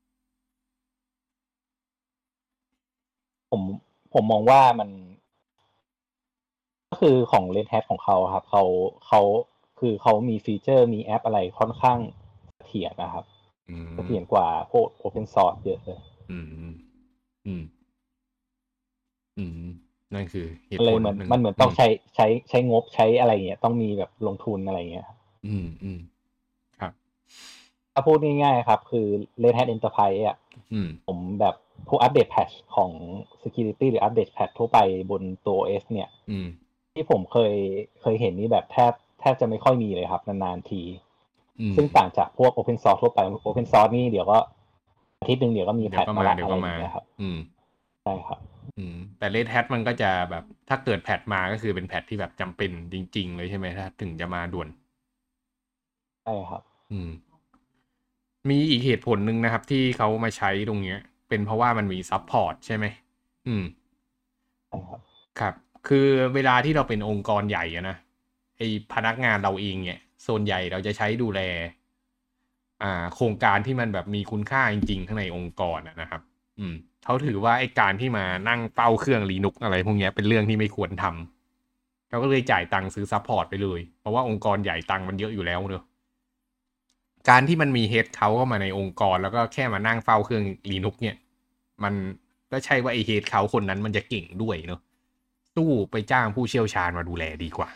ผมมองว่ามันก็คือของ Red Hat ของเขาครับเขาคือเขามีฟีเจอร์มีแอปอะไรค่อนข้างเสถียรนะครับเสถียรกว่าพวก Open Source เยอะเลยนั่นคือเหตุเลผยลเหมือนหนึ่งมันเหมือนต้องใช้งบใช้อะไรเงี้ยต้องมีแบบลงทุนอะไรเงี้ยครับถ้าพูดง่ายๆครับคือ Red Hat Enterprise อ่ะผมแบบพวกอัปเดตแพทช์ของ security หรืออัปเดตแพทช์ทั่วไปบนตัว OS เนี่ยที่ผมเคยเห็นนี่แบบแทบจะไม่ค่อยมีเลยครับนานๆทีซึ่งต่างจากพวก Open Source ทั่วไป Open Source นี่เดี๋ยวก็อาทิตย์นึงเดี๋ยวก็มีแพทช์มาละอะไรอย่างเงี้ยครับใช่ครับแต่ Red Hat มันก็จะแบบถ้าเกิดแพทมาก็คือเป็นแพทที่แบบจำเป็นจริงๆเลยใช่ไหมถ้าถึงจะมาด่วนใช่ครับมีอีกเหตุผลหนึ่งนะครับที่เขามาใช้ตรงเนี้ยเป็นเพราะว่ามันมีซัพพอร์ตใช่ไหมใช่ครับครับคือเวลาที่เราเป็นองค์กรใหญ่อะนะไอพนักงานเราเองเนี่ยส่วนใหญ่เราจะใช้ดูแลโครงการที่มันแบบมีคุณค่าจริงๆข้างในองค์กรนะครับเขาถือว่าไอ้การที่มานั่งเฝ้าเครื่อง Linux อะไรพวกนี้เป็นเรื่องที่ไม่ควรทำเขาก็เลยจ่ายตังค์ซื้อซัพพอร์ตไปเลยเพราะว่าองค์กรใหญ่ตังค์มันเยอะอยู่แล้วเนอะการที่มันมีเฮดเขาเข้ามาในองค์กรแล้วก็แค่มานั่งเฝ้าเครื่อง Linux เนี่ยมันก็ใช่ว่าไอเฮดเขาคนนั้นมันจะเก่งด้วยเนอะสู้ไปจ้างผู้เชี่ยวชาญมาดูแลดีกว่า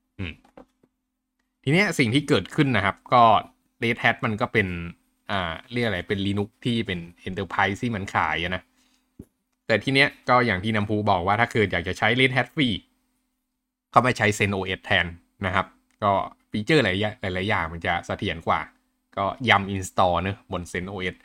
ทีเนี้ยสิ่งที่เกิดขึ้นนะครับก็ Red Hat มันก็เป็นเรียกอะไรเป็น Linux ที่เป็น Enterprise ที่มันขายนะแต่ทีเนี้ยก็อย่างที่น้ำพูบอกว่าถ้าเกิดอยากจะใช้ Red Hat ฟรีก็ไปใช้ ZenOS แทนนะครับก็ฟีเจอร์หลายอย่างมันจะเสถียรกว่าก็ยำ install เนอะบน ZenOS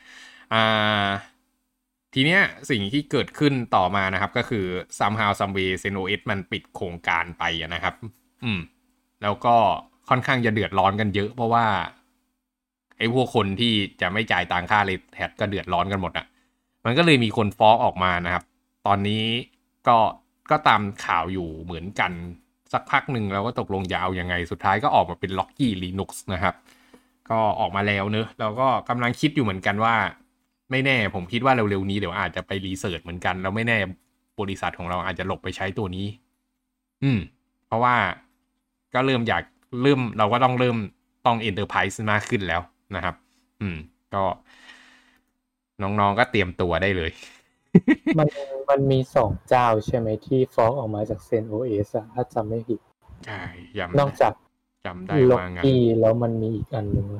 ทีเนี้ยสิ่งที่เกิดขึ้นต่อมานะครับก็คือ somehow someway ZenOS มันปิดโครงการไปนะครับแล้วก็ค่อนข้างจะเดือดร้อนกันเยอะเพราะว่าไอ้พวกคนที่จะไม่จ่ายตังค่า Red Hat ก็เดือดร้อนกันหมดอ่ะมันก็เลยมีคนฟ้องออกมานะครับตอนนี้ก็ตามข่าวอยู่เหมือนกันสักพักหนึ่งแล้วก็ตกลงจะเอายังไงสุดท้ายก็ออกมาเป็น Locky Linux นะครับก็ออกมาแล้วเนอะแล้วก็กำลังคิดอยู่เหมือนกันว่าไม่แน่ผมคิดว่าเร็วๆนี้เดี๋ยวอาจจะไปรีเสิร์ชเหมือนกันแล้วไม่แน่บริษัทของเราอาจจะหลบไปใช้ตัวนี้เพราะว่าก็เราก็ต้อง Enterprise มากขึ้นแล้วนะครับก็น้องๆก็เตรียมตัวได้เลยมันมี2เจ้าใช่ไหมที่ฟ้องออกมาจาก ZenOS อ่ะถ้าจำไม่ผิดใช่นอกจากจำได้ว่างั้นแล้วมันมีอีกอันนึง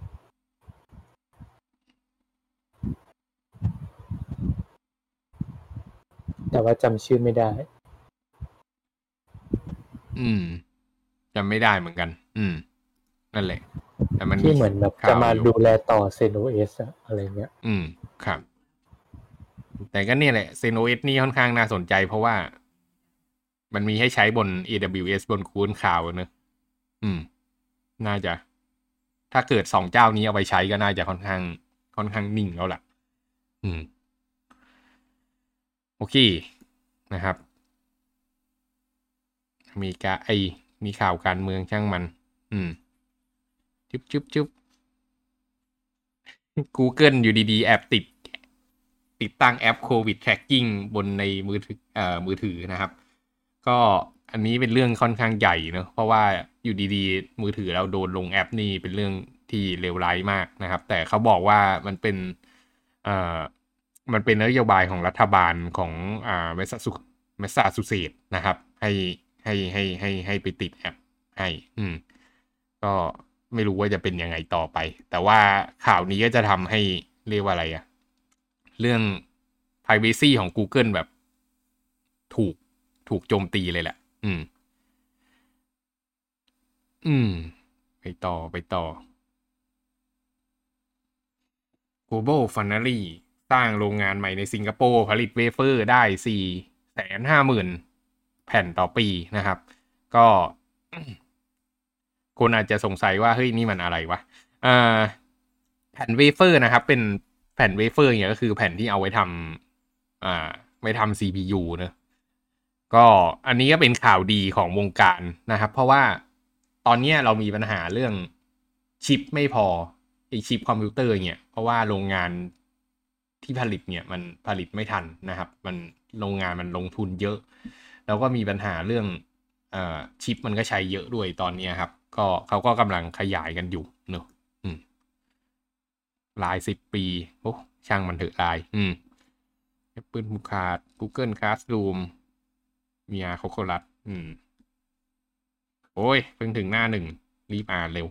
แต่ว่าจำชื่อไม่ได้จำไม่ได้เหมือนกันนั่นแหละแต่มันที่เหมือนแบบจะมาดูแลต่อ ZenOS อะไรเงี้ยครับแต่ก็เนี่ยแหละ ZenOS นี่ค่อนข้างน่าสนใจเพราะว่ามันมีให้ใช้บน AWS บน Google Cloud เนอะน่าจะถ้าเกิด2เจ้านี้เอาไปใช้ก็น่าจะค่อนข้างนิ่งแล้วล่ะโอเคนะครับมีข่าวการเมืองช่างมันจุ๊บ Google อยู่ดีๆแอบติดตั้งแอป COVID tracking บนในมือถือนะครับก็อันนี้เป็นเรื่องค่อนข้างใหญ่เนอะเพราะว่าอยู่ดีๆมือถือเราโดนลงแอปนี่เป็นเรื่องที่เลวร้ายมากนะครับแต่เขาบอกว่ามันเป็นนโยบายของรัฐบาลของแมสซาชูเซตส์นะครับให้ไปติดแอปให้ก็ไม่รู้ว่าจะเป็นยังไงต่อไปแต่ว่าข่าวนี้ก็จะทำให้เรียกว่าอะไรอะเรื่อง privacy ของ Google แบบถูกโจมตีเลยแหละไปต่อ Global Foundry สร้างโรงงานใหม่ในสิงคโปร์ผลิตเวเฟอร์ได้ 450,000 แผ่นต่อปีนะครับก็คนอาจจะสงสัยว่าเฮ้ยนี่มันอะไรวะแผ่นเวเฟอร์นะครับเป็นแผ่นเวเฟอร์เนี่ยก็คือแผ่นที่เอาไว้ทำCPU เนอะก็อันนี้ก็เป็นข่าวดีของวงการนะครับเพราะว่าตอนนี้เรามีปัญหาเรื่องชิปไม่พอไอชิปคอมพิวเตอร์เนี่ยเพราะว่าโรงงานที่ผลิตเนี่ยมันผลิตไม่ทันนะครับโรงงานมันลงทุนเยอะแล้วก็มีปัญหาเรื่องชิปมันก็ใช้เยอะด้วยตอนนี้ครับก็เขาก็กำลังขยายกันอยู่เนอะหลาย10 ปีโอ้ช่างมันเถอะลายApple Card Google Classroom มีอาโคโครัสโอ้ยเพิ่งถึงหน้า1รีบอ่านเร็ว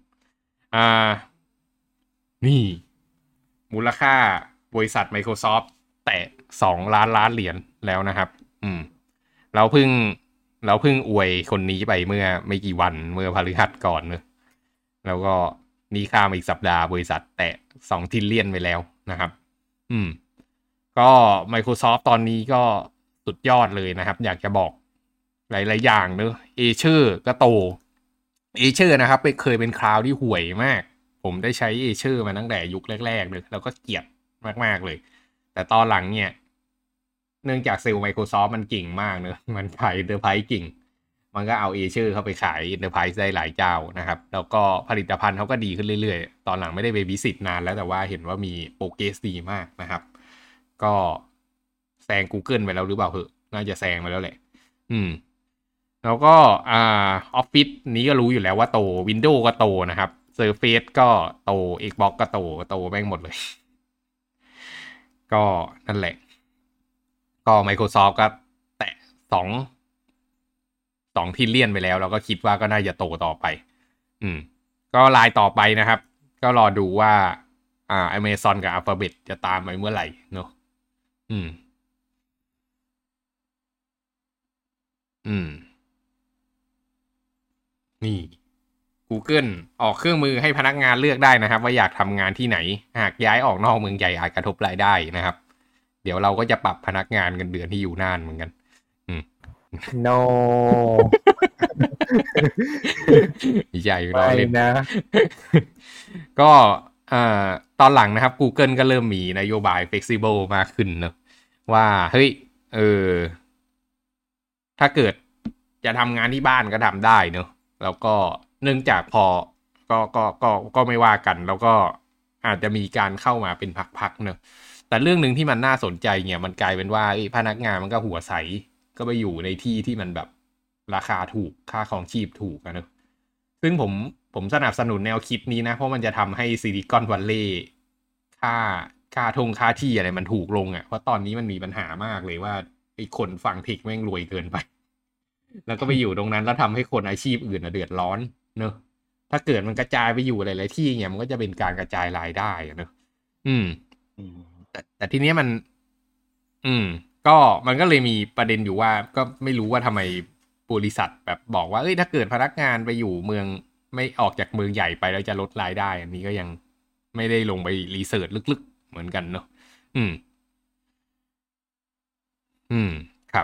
นี่มูลค่าบริษัท Microsoft แตะ2 ล้านเหรียญแล้วนะครับเราเพิ่งอวยคนนี้ไปเมื่อไม่กี่วันเมื่อพฤหัสก่อนเนอะแล้วก็นี่ข้ามอีกสัปดาห์บริษัทแตะ2 ทริลเลียนไปแล้วนะครับก็ Microsoft ตอนนี้ก็สุดยอดเลยนะครับอยากจะบอกหลายๆอย่างเนอะAzure ก็โต Azure นะครับเคยเป็นคลาวด์ที่ห่วยมากผมได้ใช้ Azure มาตั้งแต่ยุคแรกๆเลยแล้วก็เกลียดมากๆเลยแต่ตอนหลังเนี่ยเนื่องจากเซลล์ Microsoft มันเก่งมากเนอะมันขาย Enterprise เก่งมันก็เอา Azure เข้าไปขาย Enterprise ได้หลายเจ้านะครับแล้วก็ผลิตภัณฑ์เขาก็ดีขึ้นเรื่อยๆตอนหลังไม่ได้ไปวิสิตนานแล้วแต่ว่าเห็นว่ามีโปรเกรสดีมากนะครับก็แซง Google ไปแล้วหรือเปล่าเหอะน่าจะแซงไปแล้วแหละแล้วก็Office นี้ก็รู้อยู่แล้วว่าโต Windows ก็โตนะครับ Surface ก็โต Xbox ก็โตแม่งหมดเลยก็นั่นแหละก็ Microsoft ก็แตะ2 ทริลเลียนไปแล้วก็คิดว่าก็น่าจะโตต่อไปก็รายต่อไปนะครับก็รอดูว่าAmazon กับ Alphabet จะตามไปเมื่อไหร่เนาะนี่ Google ออกเครื่องมือให้พนักงานเลือกได้นะครับว่าอยากทำงานที่ไหนหากย้ายออกนอกเมืองใหญ่อาจกระทบรายได้นะครับเดี๋ยวเราก็จะปรับพนักงานเงินเดือนที่อยู่น่านเหมือนกัน no ใหญ่ร้อยเลยนะก็ตอนหลังนะครับ Google ก็เริ่มมีนโยบาย flexible มากขึ้นเนอะว่าเฮ้ยถ้าเกิดจะทำงานที่บ้านก็ทำได้เนอะแล้วก็เนื่องจากพอก็ไม่ว่ากันแล้วก็อาจจะมีการเข้ามาเป็นพักๆเนอะแต่เรื่องนึงที่มันน่าสนใจเนี่ยมันกลายเป็นว่าพนักงานมันก็หัวใสก็ไปอยู่ในที่ที่มันแบบราคาถูกค่าของชีพถูกนะเนอะซึ่งผมสนับสนุนแนวคิดนี้นะเพราะมันจะทำให้ซิลิคอนวัลเลย์ค่าที่อะไรมันถูกลงเพราะตอนนี้มันมีปัญหามากเลยว่าไอ้คนฝั่งเทคแม่งรวยเกินไปแล้วก็ไปอยู่ตรงนั้นแล้วทำให้คนอาชีพอื่นเดือดร้อนเนอะถ้าเกิดมันกระจายไปอยู่หลายๆที่เนี่ยมันก็จะเป็นการกระจายรายได้เนอะแต่ทีนี้ก็มันก็เลยมีประเด็นอยู่ว่าก็ไม่รู้ว่าทำไมบริษัทแบบบอกว่าถ้าเกิดพนักงานไปอยู่เมืองไม่ออกจากเมืองใหญ่ไปแล้วจะลดรายได้อันนี้ก็ยังไม่ได้ลงไปรีเสิร์ชลึกๆเหมือนกันเนาะครับ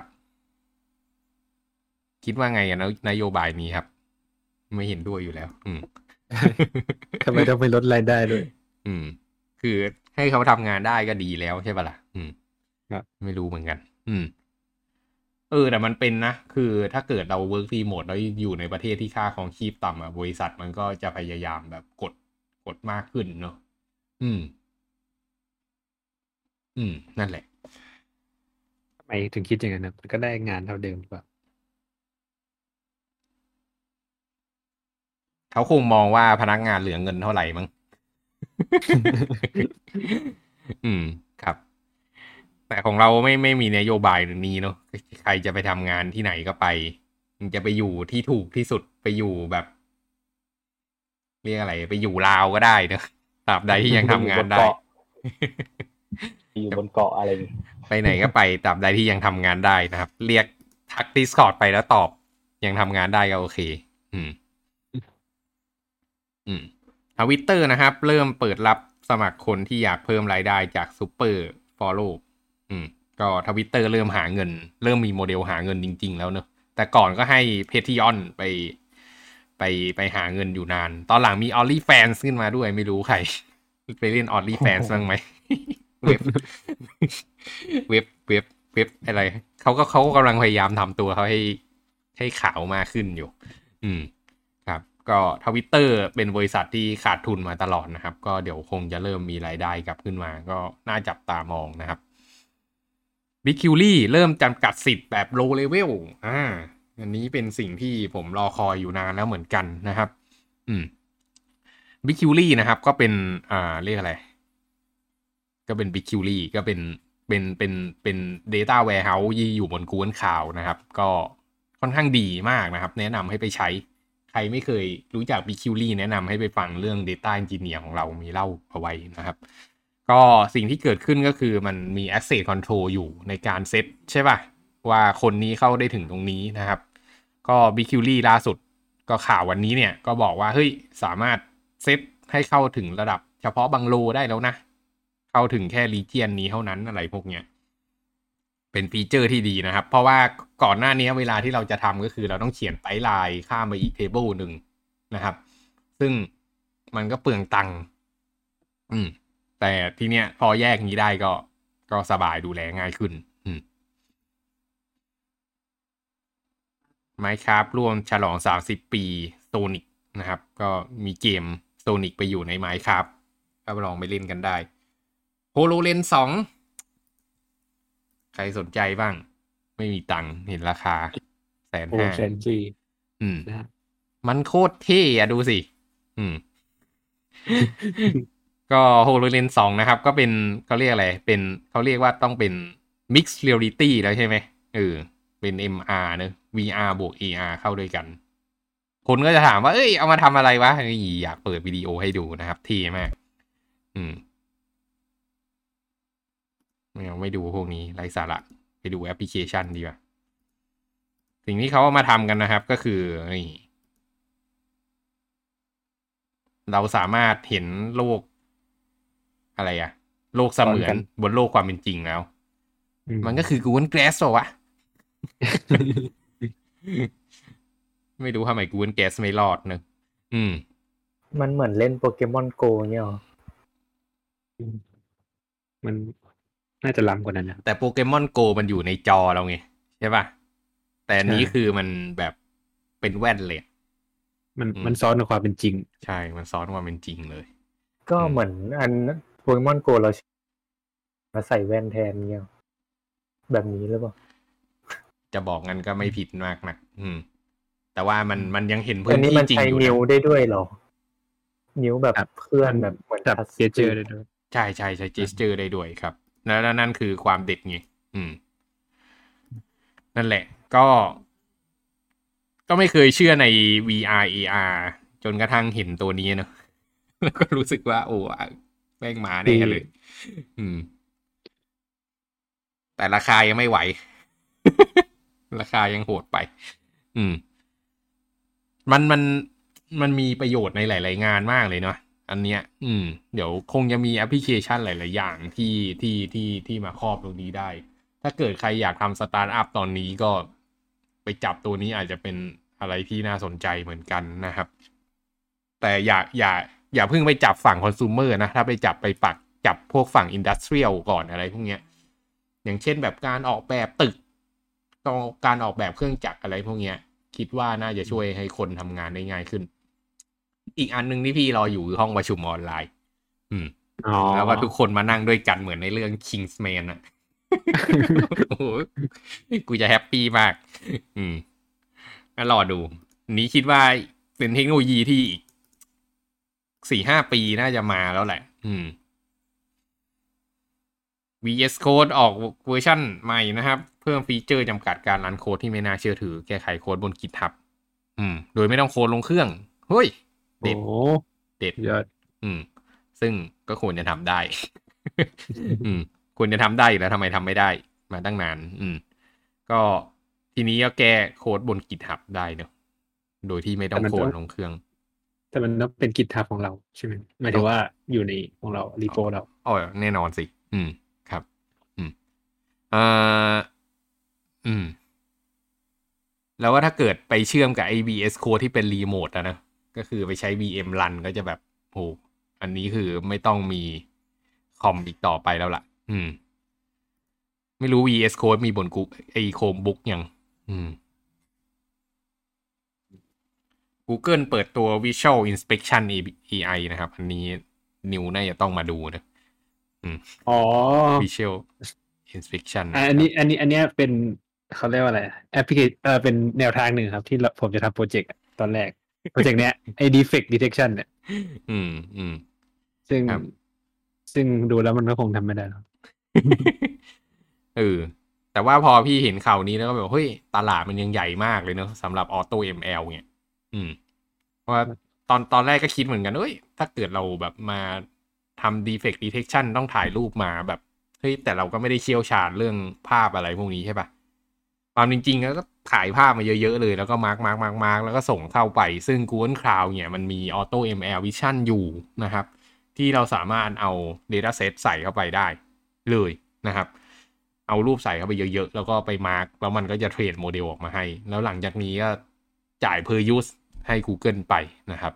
คิดว่าไงนโยบายนี้ครับไม่เห็นด้วยอยู่แล้วทำไมต้องไปลดรายได้ด้วยคือให้เขาทำงานได้ก็ดีแล้วใช่ปะล่ะไม่รู้เหมือนกันแต่มันเป็นนะคือถ้าเกิดเรา work remote แล้วอยู่ในประเทศที่ค่าของชีพต่ำบริษัทมันก็จะพยายามแบบกดมากขึ้นเนาะนั่นแหละทำไมถึงคิดอย่างนั้นนะมันก็ได้งานเท่าเดิมป่ะเขาคงมองว่าพนักงานเหลือเงินเท่าไหร่มั้งครับแต่ของเราไม่มีนโยบายนี้เนาะใครจะไปทำงานที่ไหนก็ไปจะไปอยู่ที่ถูกที่สุดไปอยู่แบบเรียกอะไรไปอยู่ลาวก็ได้เนอะตราบใดที่ยังทำงานได้อยู่บนเกาะอะไรไปไหนก็ไปตราบใดที่ยังทำงานได้นะครับเรียกทัก Discord ไปแล้วตอบยังทำงานได้ก็โอเคTwitter นะครับเริ่มเปิดรับสมัครคนที่อยากเพิ่มรายได้จาก Super Follow ก็Twitterเริ่มหาเงินเริ่มมีโมเดลหาเงินจริงๆแล้วเนอะแต่ก่อนก็ให้ Patreon ไปหาเงินอยู่นานตอนหลังมี OnlyFans ขึ้นมาด้วยไม่รู้ใครไปเล่น OnlyFans บ้างไหมเว็บอะไรเขากำลังพยายามทำตัวเขาให้ขาวมากขึ้นอยู่ครับก็ Twitter เป็นบริษัทที่ขาดทุนมาตลอดนะครับก็เดี๋ยวคงจะเริ่มมีรายได้กลับขึ้นมาก็น่าจับตามองนะครับ Biculy เริ่มจำกัดสิทธิ์แบบ low level อันนี้เป็นสิ่งที่ผมรอคอยอยู่นานแล้วเหมือนกันนะครับBiculyนะครับก็เป็นเรียกอะไรก็เป็นBiculyก็เป็นเป็น data warehouse ที่อยู่บน Google Cloud นะครับก็ค่อนข้างดีมากนะครับแนะนำให้ไปใช้ใครไม่เคยรู้จัก BigQuery แนะนำให้ไปฟังเรื่อง data engineer ของเรามีเล่าเอาไว้นะครับก็สิ่งที่เกิดขึ้นก็คือมันมี access control อยู่ในการเซตใช่ป่ะว่าคนนี้เข้าได้ถึงตรงนี้นะครับก็ BigQuery ล่าสุดก็ข่าววันนี้เนี่ยก็บอกว่าเฮ้ยสามารถเซตให้เข้าถึงระดับเฉพาะบางโลได้แล้วนะเข้าถึงแค่ region นี้เท่านั้นอะไรพวกเนี้ยเป็นฟีเจอร์ที่ดีนะครับเพราะว่าก่อนหน้านี้เวลาที่เราจะทำก็คือเราต้องเขียนไพป์ไลน์ข้ามไปอีก table หนึ่งนะครับซึ่งมันก็เปลืองตังค์แต่ทีเนี้ยพอแยกนี้ได้ก็สบายดูแลง่ายขึ้นMinecraft ร่วมฉลอง30ปี Sonic นะครับก็มีเกม Sonic ไปอยู่ใน Minecraft ก็ลองไปเล่นกันได้ HoloLens 2ใครสนใจบ้างไม่มีตังค์เห็นราคา150,000มันโคตรเท่อะดูสิก็ HoloLens 2นะครับก็เป็นเขาเรียกอะไรเป็นเขาเรียกว่าต้องเป็น Mixed Reality แล้วใช่ไหมเป็น MR เนอะ VR บวก AR เข้าด้วยกันคนก็จะถามว่าเอ้ยเอามาทำอะไรวะอยากเปิดวิดีโอให้ดูนะครับเท่มากไม่ดูพวกนี้ไร้สาระไปดูแอปพลิเคชันดีกว่าสิ่งที่เขาเอามาทำกันนะครับก็คือนี่เราสามารถเห็นโลกอะไรอะโลกเสมือนบนโลกความเป็นจริงแล้วมันก็คือ Google Glass หรอวะ ไม่รู้ทำไม Google Glass ไม่รอดนะมันเหมือนเล่นโปเกมอนโกเนี่ยหรอมันน่าจะล้ำกว่านั้นนะแต่โปเกมอนโกมันอยู่ในจอเราไงใช่ป่ะแต่อันนี้คือมันแบบเป็นแว่นเลยมันซ้อนกับความเป็นจริงใช่มันซ้อนความเป็นจริงเลยก็เหมือนอันโปเกมอนโกเรามาใส่แว่นแทนเนี่ยแบบนี้หรือเปล่าจะบอกงั้นก็ไม่ผิดมากนักแต่ว่ามันยังเห็นพื้นที่จริงอยู่นะนิ้วได้ด้วยหรอนิ้วแบบเคลื่อนแบบเหมือนจับเจสเจอร์ได้ด้วยใช่ใช้เจสเจอร์ได้ด้วยครับแล้วนั่นคือความเด็ดไงนั่นแหละก็ไม่เคยเชื่อใน VR AR จนกระทั่งเห็นตัวนี้เนอะแล้วก็รู้สึกว่าโอ้แม่งมาแน่เลยแต่ราคายังไม่ไหว ราคายังโหดไปมันมีประโยชน์ในหลายๆงานมากเลยเนาะอันเนี้ยเดี๋ยวคงจะมีแอปพลิเคชันหลายๆอย่างที่มาครอบตรงนี้ได้ถ้าเกิดใครอยากทำสตาร์ทอัพตอนนี้ก็ไปจับตัวนี้อาจจะเป็นอะไรที่น่าสนใจเหมือนกันนะครับแต่อย่าเพิ่งไปจับฝั่งคอน sumer นะถ้าไปจับพวกฝั่งอินดัสเทรียลก่อนอะไรพวกเนี้ยอย่างเช่นแบบการออกแบบตึกการออกแบบเครื่องจักรอะไรพวกเนี้ยคิดว่าน่าจะช่วยให้คนทำงานได้ง่ายขึ้นอีกอันนึงที่พี่รออยู่คือห้องประชุมออนไลน์แล้วก็ทุกคนมานั่งด้วยกันเหมือนในเรื่อง Kingsman อ่ะ โอ้โหกูจะแฮปปี้มากงั้นรอดูนี้คิดว่าเป็นเทคโนโลยีที่อีก 4-5 ปีน่าจะมาแล้วแหละVS Code ออกเวอร์ชั่นใหม่นะครับเพิ่มฟีเจอร์จำกัดการรันโค้ดที่ไม่น่าเชื่อถือแก้ไขโค้ดบน GitHub โดยไม่ต้องโค้ดลงเครื่องเฮ้ยเด็ดยอดซึ่งก็ควรจะทำได้ ควรจะทำได้แล้วทำไมทำไม่ได้มาตั้งนานก็ทีนี้ก็แก้โค้ดบน GitHub ได้เนอะโดยที่ไม่ต้องโค้ดลงเครื่องแต่มันต้องเป็น GitHub ของเราใช่ไหมหมายถึงว่าอยู่ในของเรารีโพเราแน่นอนสิครับแล้วว่าถ้าเกิดไปเชื่อมกับ VS Code ที่เป็นรีโมทนะก็คือไปใช้ VM run ก็จะแบบโหอันนี้คือไม่ต้องมีคอมอีกต่อไปแล้วล่ะไม่รู้ VS Code มีบนChromebook ยังGoogle เปิดตัว Visual Inspection AI นะครับอันนี้นิวน่าจะต้องมาดูนะVisual Inspection อันนี้เป็นเขาเรียกว่าอะไรแอปพลิเคชันเป็นแนวทางหนึ่งครับที่ผมจะทำโปรเจกต์ตอนแรกโปรเจกต์เนี้ยไอ้ defect detection เนี่ยซึ่งดูแล้วมันก็คงทำไม่ได้หรอกแต่ว่าพอพี่เห็นข่าวนี้แล้วก็แบบเฮ้ยตลาดมันยังใหญ่มากเลยเนอะสำหรับ Auto ML เนี่ยเพราะว่าตอนแรกก็คิดเหมือนกันเอ้ยถ้าเกิดเราแบบมาทำ defect detection ต้องถ่ายรูปมาแบบเฮ้ยแต่เราก็ไม่ได้เชี่ยวชาญเรื่องภาพอะไรพวกนี้ใช่ปะความจริงๆก็ถ่ายภาพมาเยอะๆเลยแล้วก็มาร์กแล้วก็ส่งเข้าไปซึ่ง Google Cloud เนี่ยมันมี Auto ML Vision อยู่นะครับที่เราสามารถเอา dataset ใส่เข้าไปได้เลยนะครับเอารูปใส่เข้าไปเยอะๆแล้วก็ไปมาร์กแล้วมันก็จะเทรนโมเดลออกมาให้แล้วหลังจากนี้ก็จ่าย per use ให้ Google ไปนะครับ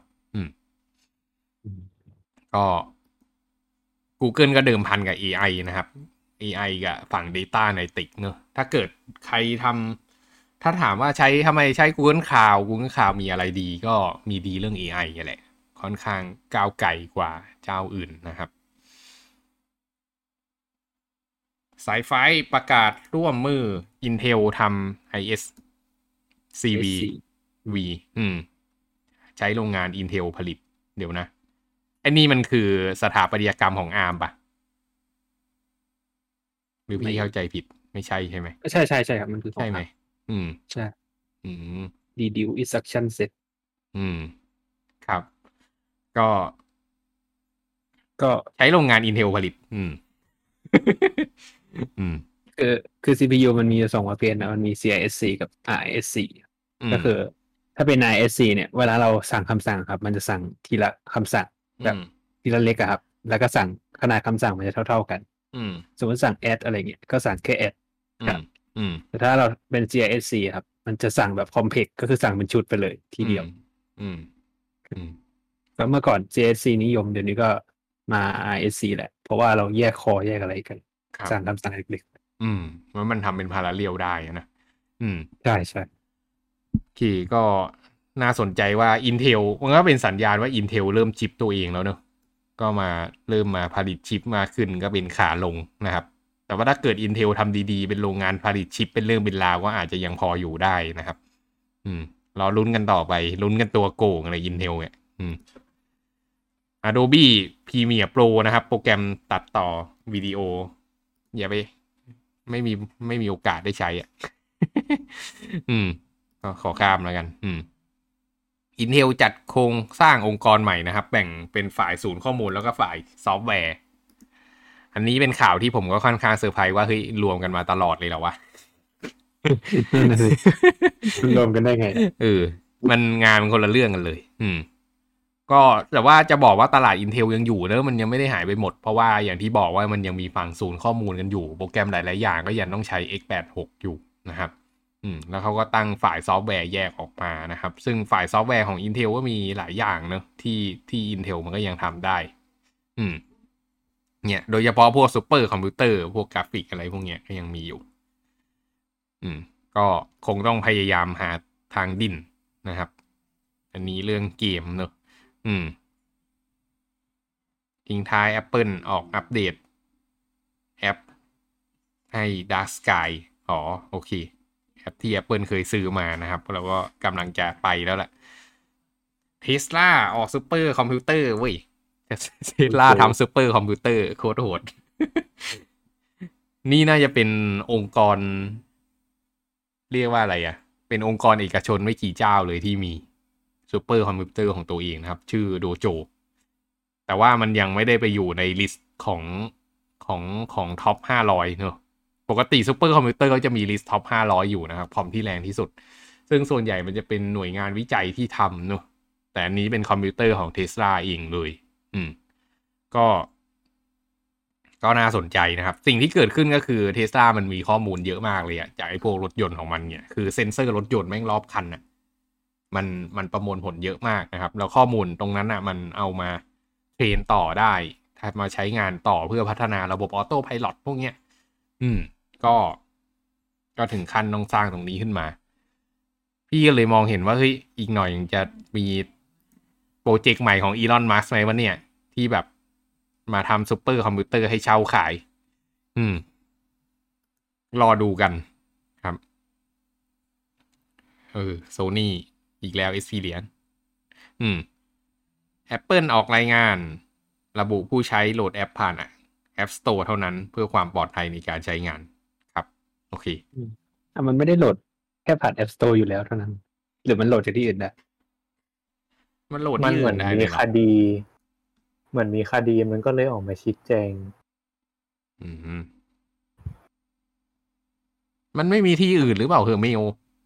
ก็ Google ก็เดิมพันกับ AI นะครับ AI กับฝั่ง Data Analytics เนอะถ้าเกิดใครถ้าถามว่าทำไมใช้ Google Cloud มีอะไรดีก็มีดีเรื่อง AI นี่แหละค่อนข้างก้าวไกลกว่าเจ้าอื่นนะครับสายไฟประกาศร่วมมือ Intel ทำ ISCV ใช้โรงงาน Intel ผลิตเดี๋ยวนะไอ้นี่มันคือสถาปัตยกรรมของ ARM ป่ะหรือพี่เข้าใจผิดไม่ใช่ใช่ไหมใช่ครับมันคือใช่ไหมใช่reduce instruction set ครับก็ใช้โรงงาน Intel ผลิตคือ CPU มันมี2ประเภทนะมันมี CISC กับ RISC ก็คือถ้าเป็น RISC เนี่ยเวลาเราสั่งคำสั่งครับมันจะสั่งทีละคำสั่งแบบทีละเล็กอะครับแล้วก็สั่งขนาดคำสั่งมันจะเท่ากันสมมติสั่ง add อะไรเงี้ยก็สั่งแค่ add ครับแต่ถ้าเราเป็น CISC ครับมันจะสั่งแบบ complex ก็คือสั่งเป็นชุดไปเลยทีเดียวแล้วเมื่อก่อน CISC นิยมเดี๋ยวนี้ก็มา RISC แหละเพราะว่าเราแยกคอแยกอะไรกันสั่งคำสั่งเล็กมันทำเป็นพาราเรลได้นะใช่โอเคก็น่าสนใจว่า Intel มันก็เป็นสัญญาณว่า Intel เริ่มชิปตัวเองแล้วเนอะก็เริ่มมาผลิตชิปมาขึ้นก็เป็นขาลงนะครับแต่ว่าถ้าเกิด Intel ทำดีๆเป็นโรงงานผลิตชิปเป็นเรื่องเป็นราวก็อาจจะยังพออยู่ได้นะครับรอลุ้นกันต่อไปลุ้นกันตัวโกงอะไร Intel เนี่ยAdobe Premiere Pro นะครับโปรแกรมตัดต่อวิดีโออย่าไปไม่มีโอกาสได้ใช้อ่ะก็ขอข้ามแล้วกันIntel จัดโครงสร้างองค์กรใหม่นะครับแบ่งเป็นฝ่ายศูนย์ข้อมูลแล้วก็ฝ่ายซอฟต์แวร์อันนี้เป็นข่าวที่ผมก็ค่อนข้างเซอร์ไพรส์ว่าเฮ้ยรวมกันมาตลอดเลยเหรอวะรวมกันได้ไงมันงานมันคนละเรื่องกันเลยก็แต่ว่าจะบอกว่าตลาด Intel ยังอยู่แล้วมันยังไม่ได้หายไปหมดเพราะว่าอย่างที่บอกว่ามันยังมีฝั่งศูนย์ข้อมูลกันอยู่โปรแกรมหลายๆอย่างก็ยังต้องใช้ x86 อยู่นะครับแล้วเขาก็ตั้งฝ่ายซอฟต์แวร์แยกออกมานะครับซึ่งฝ่ายซอฟต์แวร์ของ Intel ก็มีหลายอย่างเนอะที่ Intel มันก็ยังทำได้เนี่ยโดยเฉพาะพวกซูเปอร์คอมพิวเตอร์พวกกราฟิกอะไรพวกเนี้ยก็ยังมีอยู่ก็คงต้องพยายามหาทางดิ้นนะครับอันนี้เรื่องเกมเนอะทิ้งท้าย Apple ออกอัปเดตแอปให้ Dark Sky โอเคแอปที่ Apple เคยซื้อมานะครับแล้วก็กำลังจะไปแล้วแหละ Tesla ออกซูเปอร์คอมพิวเตอร์เว้ย Tesla ทำซูเปอร์คอมพิวเตอร์โคตรโหด นี่น่าจะเป็นองค์กรเรียกว่าอะไรอ่ะเป็นองค์กรเอกชนไม่กี่เจ้าเลยที่มีซูเปอร์คอมพิวเตอร์ของตัวเองนะครับชื่อโดโจแต่ว่ามันยังไม่ได้ไปอยู่ในลิสต์ของท็อป500เนอะปกติซูเปอร์คอมพิวเตอร์เขาจะมีลิสต์ท็อป500อยู่นะครับคอมที่แรงที่สุดซึ่งส่วนใหญ่มันจะเป็นหน่วยงานวิจัยที่ทำเนอะแต่อันนี้เป็นคอมพิวเตอร์ของ Tesla เองเลยก็น่าสนใจนะครับสิ่งที่เกิดขึ้นก็คือ Tesla มันมีข้อมูลเยอะมากเลยอะจากไอ้พวกรถยนต์ของมันเนี่ยคือเซ็นเซอร์รถยนต์แม่งรอบคันอะมันประมวลผลเยอะมากนะครับแล้วข้อมูลตรงนั้นอะมันเอามาเทรนต่อได้ถ้ามาใช้งานต่อเพื่อพัฒนาระบบออโต้ไพลอตพวกเนี้ยก็ถึงขั้นต้องสร้างตรงนี้ขึ้นมาพี่ก็เลยมองเห็นว่าเฮ้ยอีกหน่อยจะมีโปรเจกต์ใหม่ของอีลอนมัสก์ไหมวะเนี่ยที่แบบมาทำซุปเปอร์คอมพิวเตอร์ให้เช่าขายรอดูกันครับSony อีกแล้ว Xperia Apple ออกรายงานระบุผู้ใช้โหลดแอปผ่านApp Store เท่านั้นเพื่อความปลอดภัยในการใช้งานครับโอเคมันไม่ได้โหลดแค่ผ่าน App Store อยู่แล้วเท่านั้น หรือมันโหลดจากที่อื่นได้มันโหลดมันที่เหมือื่อนนได้มีเลยเหรคอดีเหมือนมีคดีมันก็เลยออกมาชี้แจงมันไม่มีที่อื่นหรือเปล่าเมล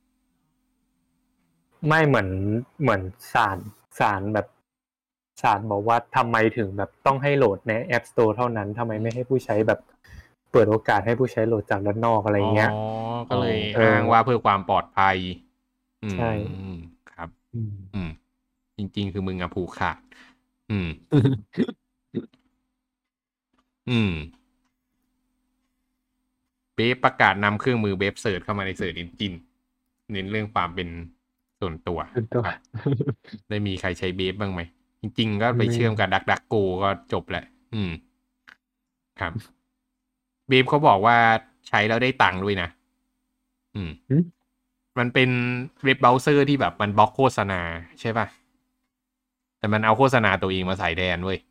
ไม่เหมือนศาลแบบศาลบอกว่าทำไมถึงแบบต้องให้โหลดใน App Store เท่านั้นทำไมไม่ให้ผู้ใช้แบบเปิดโอกาสให้ผู้ใช้โหลดจากด้านนอกอะไรเงี้ยก็เลยอ้างว่าเพื่อความปลอดภัยใช่ครับจริงๆคือมึงอะผูกขาดเบฟประกาศนำเครื่องมือเบฟเสิร์ชเข้ามาในเสิร์ชอินจินเน้นเรื่องความเป็นส่วนตัวครับได้มีใครใช้เบฟบ้างไหมจริงๆก็ไปเชื่อมกับดักโกก็จบแหละครับเบฟเขาบอกว่าใช้แล้วได้ตังค์ด้วยนะมันเป็นเว็บเบราว์เซอร์ที่แบบมันบล็อกโฆษณาใช่ป่ะแต่มันเอาโฆษณาตัวเองมาใส่แทนเว้ย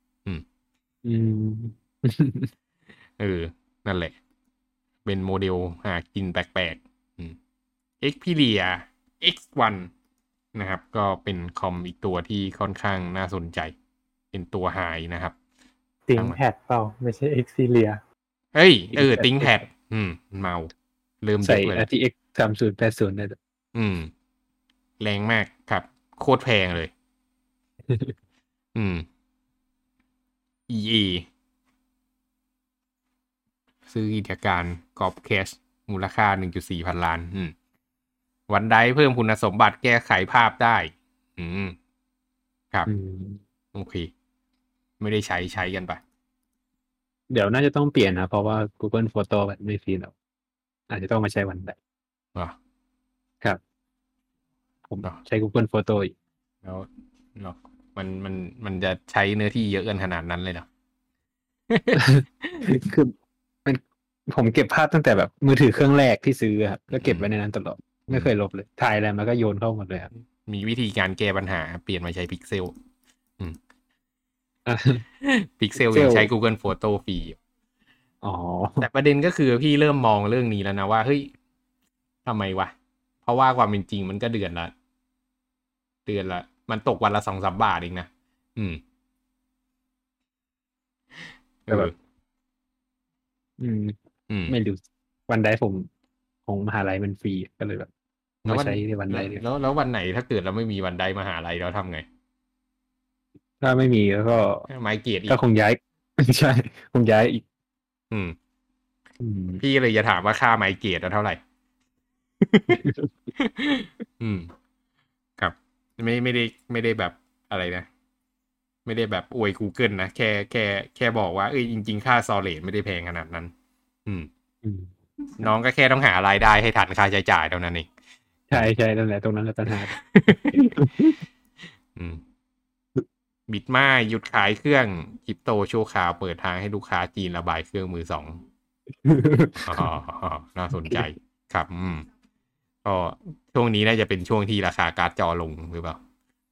นั่นแหละเป็นโมเดลหากินแปลกๆXperia X1 นะครับก็เป็นคอมอีกตัวที่ค่อนข้างน่าสนใจเป็นตัวไฮนะครับ ThinkPad เปล่าไม่ใช่ Xperia ThinkPad เมาเริ่มใส่ RTX 3080ได้แรงมากครับโคตรแพงเลย EA ซื้อกิจการกอบแคชมูลค่า 1.4 พันล้านวันใดเพิ่มคุณสมบัติแก้ไขภาพได้ครับโอเคไม่ได้ใช้กันปะเดี๋ยวน่าจะต้องเปลี่ยนนะเพราะว่า Google Photo แบบไม่ฟรีแล้วอาจจะต้องมาใช้วันใดครับผมใช้ Google Photo อีกแล้วมันจะใช้เนื้อที่เยอะกันขนาดนั้นเลยเหรอคือผมเก็บภาพตั้งแต่แบบมือถือเครื่องแรกที่ซื้อครับแล้วเก็บไว้ในนั้นตลอดไม่เคยลบเลยถ่ายอะไรมันก็โยนเข้าหมดเลยครับมีวิธีการแก้ปัญหาเปลี่ยนมาใช้พิกเซลพิกเซลยังใช้ Google Photo ฟรีแต่ประเด็นก็คือพี่เริ่มมองเรื่องนี้แล้วนะว่าเฮ้ยทำไมวะเพราะว่าความเป็นจริงมันก็เดือนละมันตกวันละ 2-3 บาทเองนะแบบไม่รู้วันใดผมของมหาลัยมันฟรีก็เลยแบบมาใช้ในวันใดแล้ววันไหนถ้าเกิดเราไม่มีวันใดมหาลัยเราทำไงถ้าไม่มีแล้วก็ไมเกรดก็คงย้ายใช่คงย้ายอีกพี่เลยจะถามว่าค่าไมเกรดเท่าไหร่ครับไม่ได้แบบอะไรนะไม่ได้แบบอวย Google นะแค่บอกว่าจริงๆค่าซอเลตไม่ได้แพงขนาดนั้นน้องก็แค่ต้องหารายได้ให้ทันค่าใช้จ่ายเท่านั้นเองใช่นั่นแหละตรงนั้นแหละปัญหาบิตมาหยุดขายเครื่องคริปโตชั่วคราวเปิดทางให้ลูกค้าจีนระบายเครื่องมือสองน่าสนใจครับก็ช่วงนี้น่าจะเป็นช่วงที่ราคาการ์ดจอลงหรือเปล่า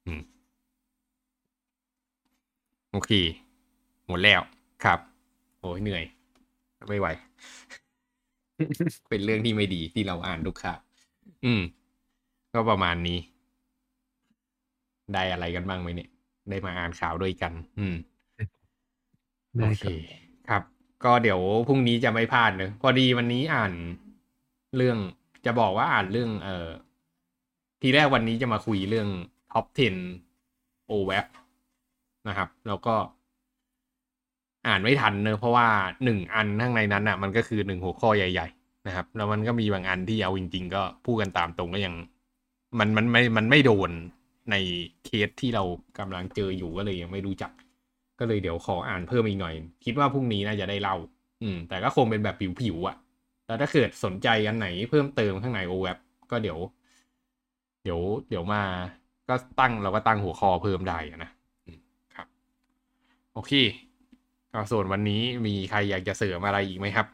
โอเคหมดแล้วครับโอ้ยเหนื่อยไม่ไหว เป็นเรื่องที่ไม่ดีที่เราอ่านลูกค้าก็ประมาณนี้ได้อะไรกันบ้างไหมเนี่ยได้มาอ่านข่าวด้วยกันโอเคครับก็เดี๋ยวพรุ่งนี้จะไม่พลาดเนอะพอดีวันนี้อ่านเรื่องจะบอกว่าอ่านเรื่องทีแรกวันนี้จะมาคุยเรื่อง Top 10 OWASP นะครับแล้วก็อ่านไม่ทันเนอะเพราะว่า1อันข้างในนั้นมันก็คือ1หัวข้อใหญ่ๆนะครับแล้วมันก็มีบางอันที่เอาจริงๆก็พูดกันตามตรงก็ยังมันไม่โดนในเคสที่เรากำลังเจออยู่ก็เลยยังไม่รู้จักก็เลยเดี๋ยวขออ่านเพิ่มอีกหน่อยคิดว่าพรุ่งนี้น่าจะได้เล่าแต่ก็คงเป็นแบบผิวๆแล้วถ้าเกิดสนใจอันไหนเพิ่มเติมข้างใน OWASP ก็เดี๋ยวมาก็เราก็ตั้งหัวข้อเพิ่มได้นะครับโอเคส่วนวันนี้มีใครอยากจะเสริมอะไรอีกไหมครับ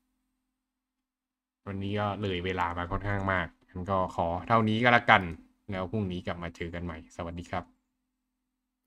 วันนี้ก็เลยเวลามาค่อนข้างมากงั้นก็ขอเท่านี้ก็แล้วกันแล้วพรุ่งนี้กลับมาเจอกันใหม่สวัสดีครับ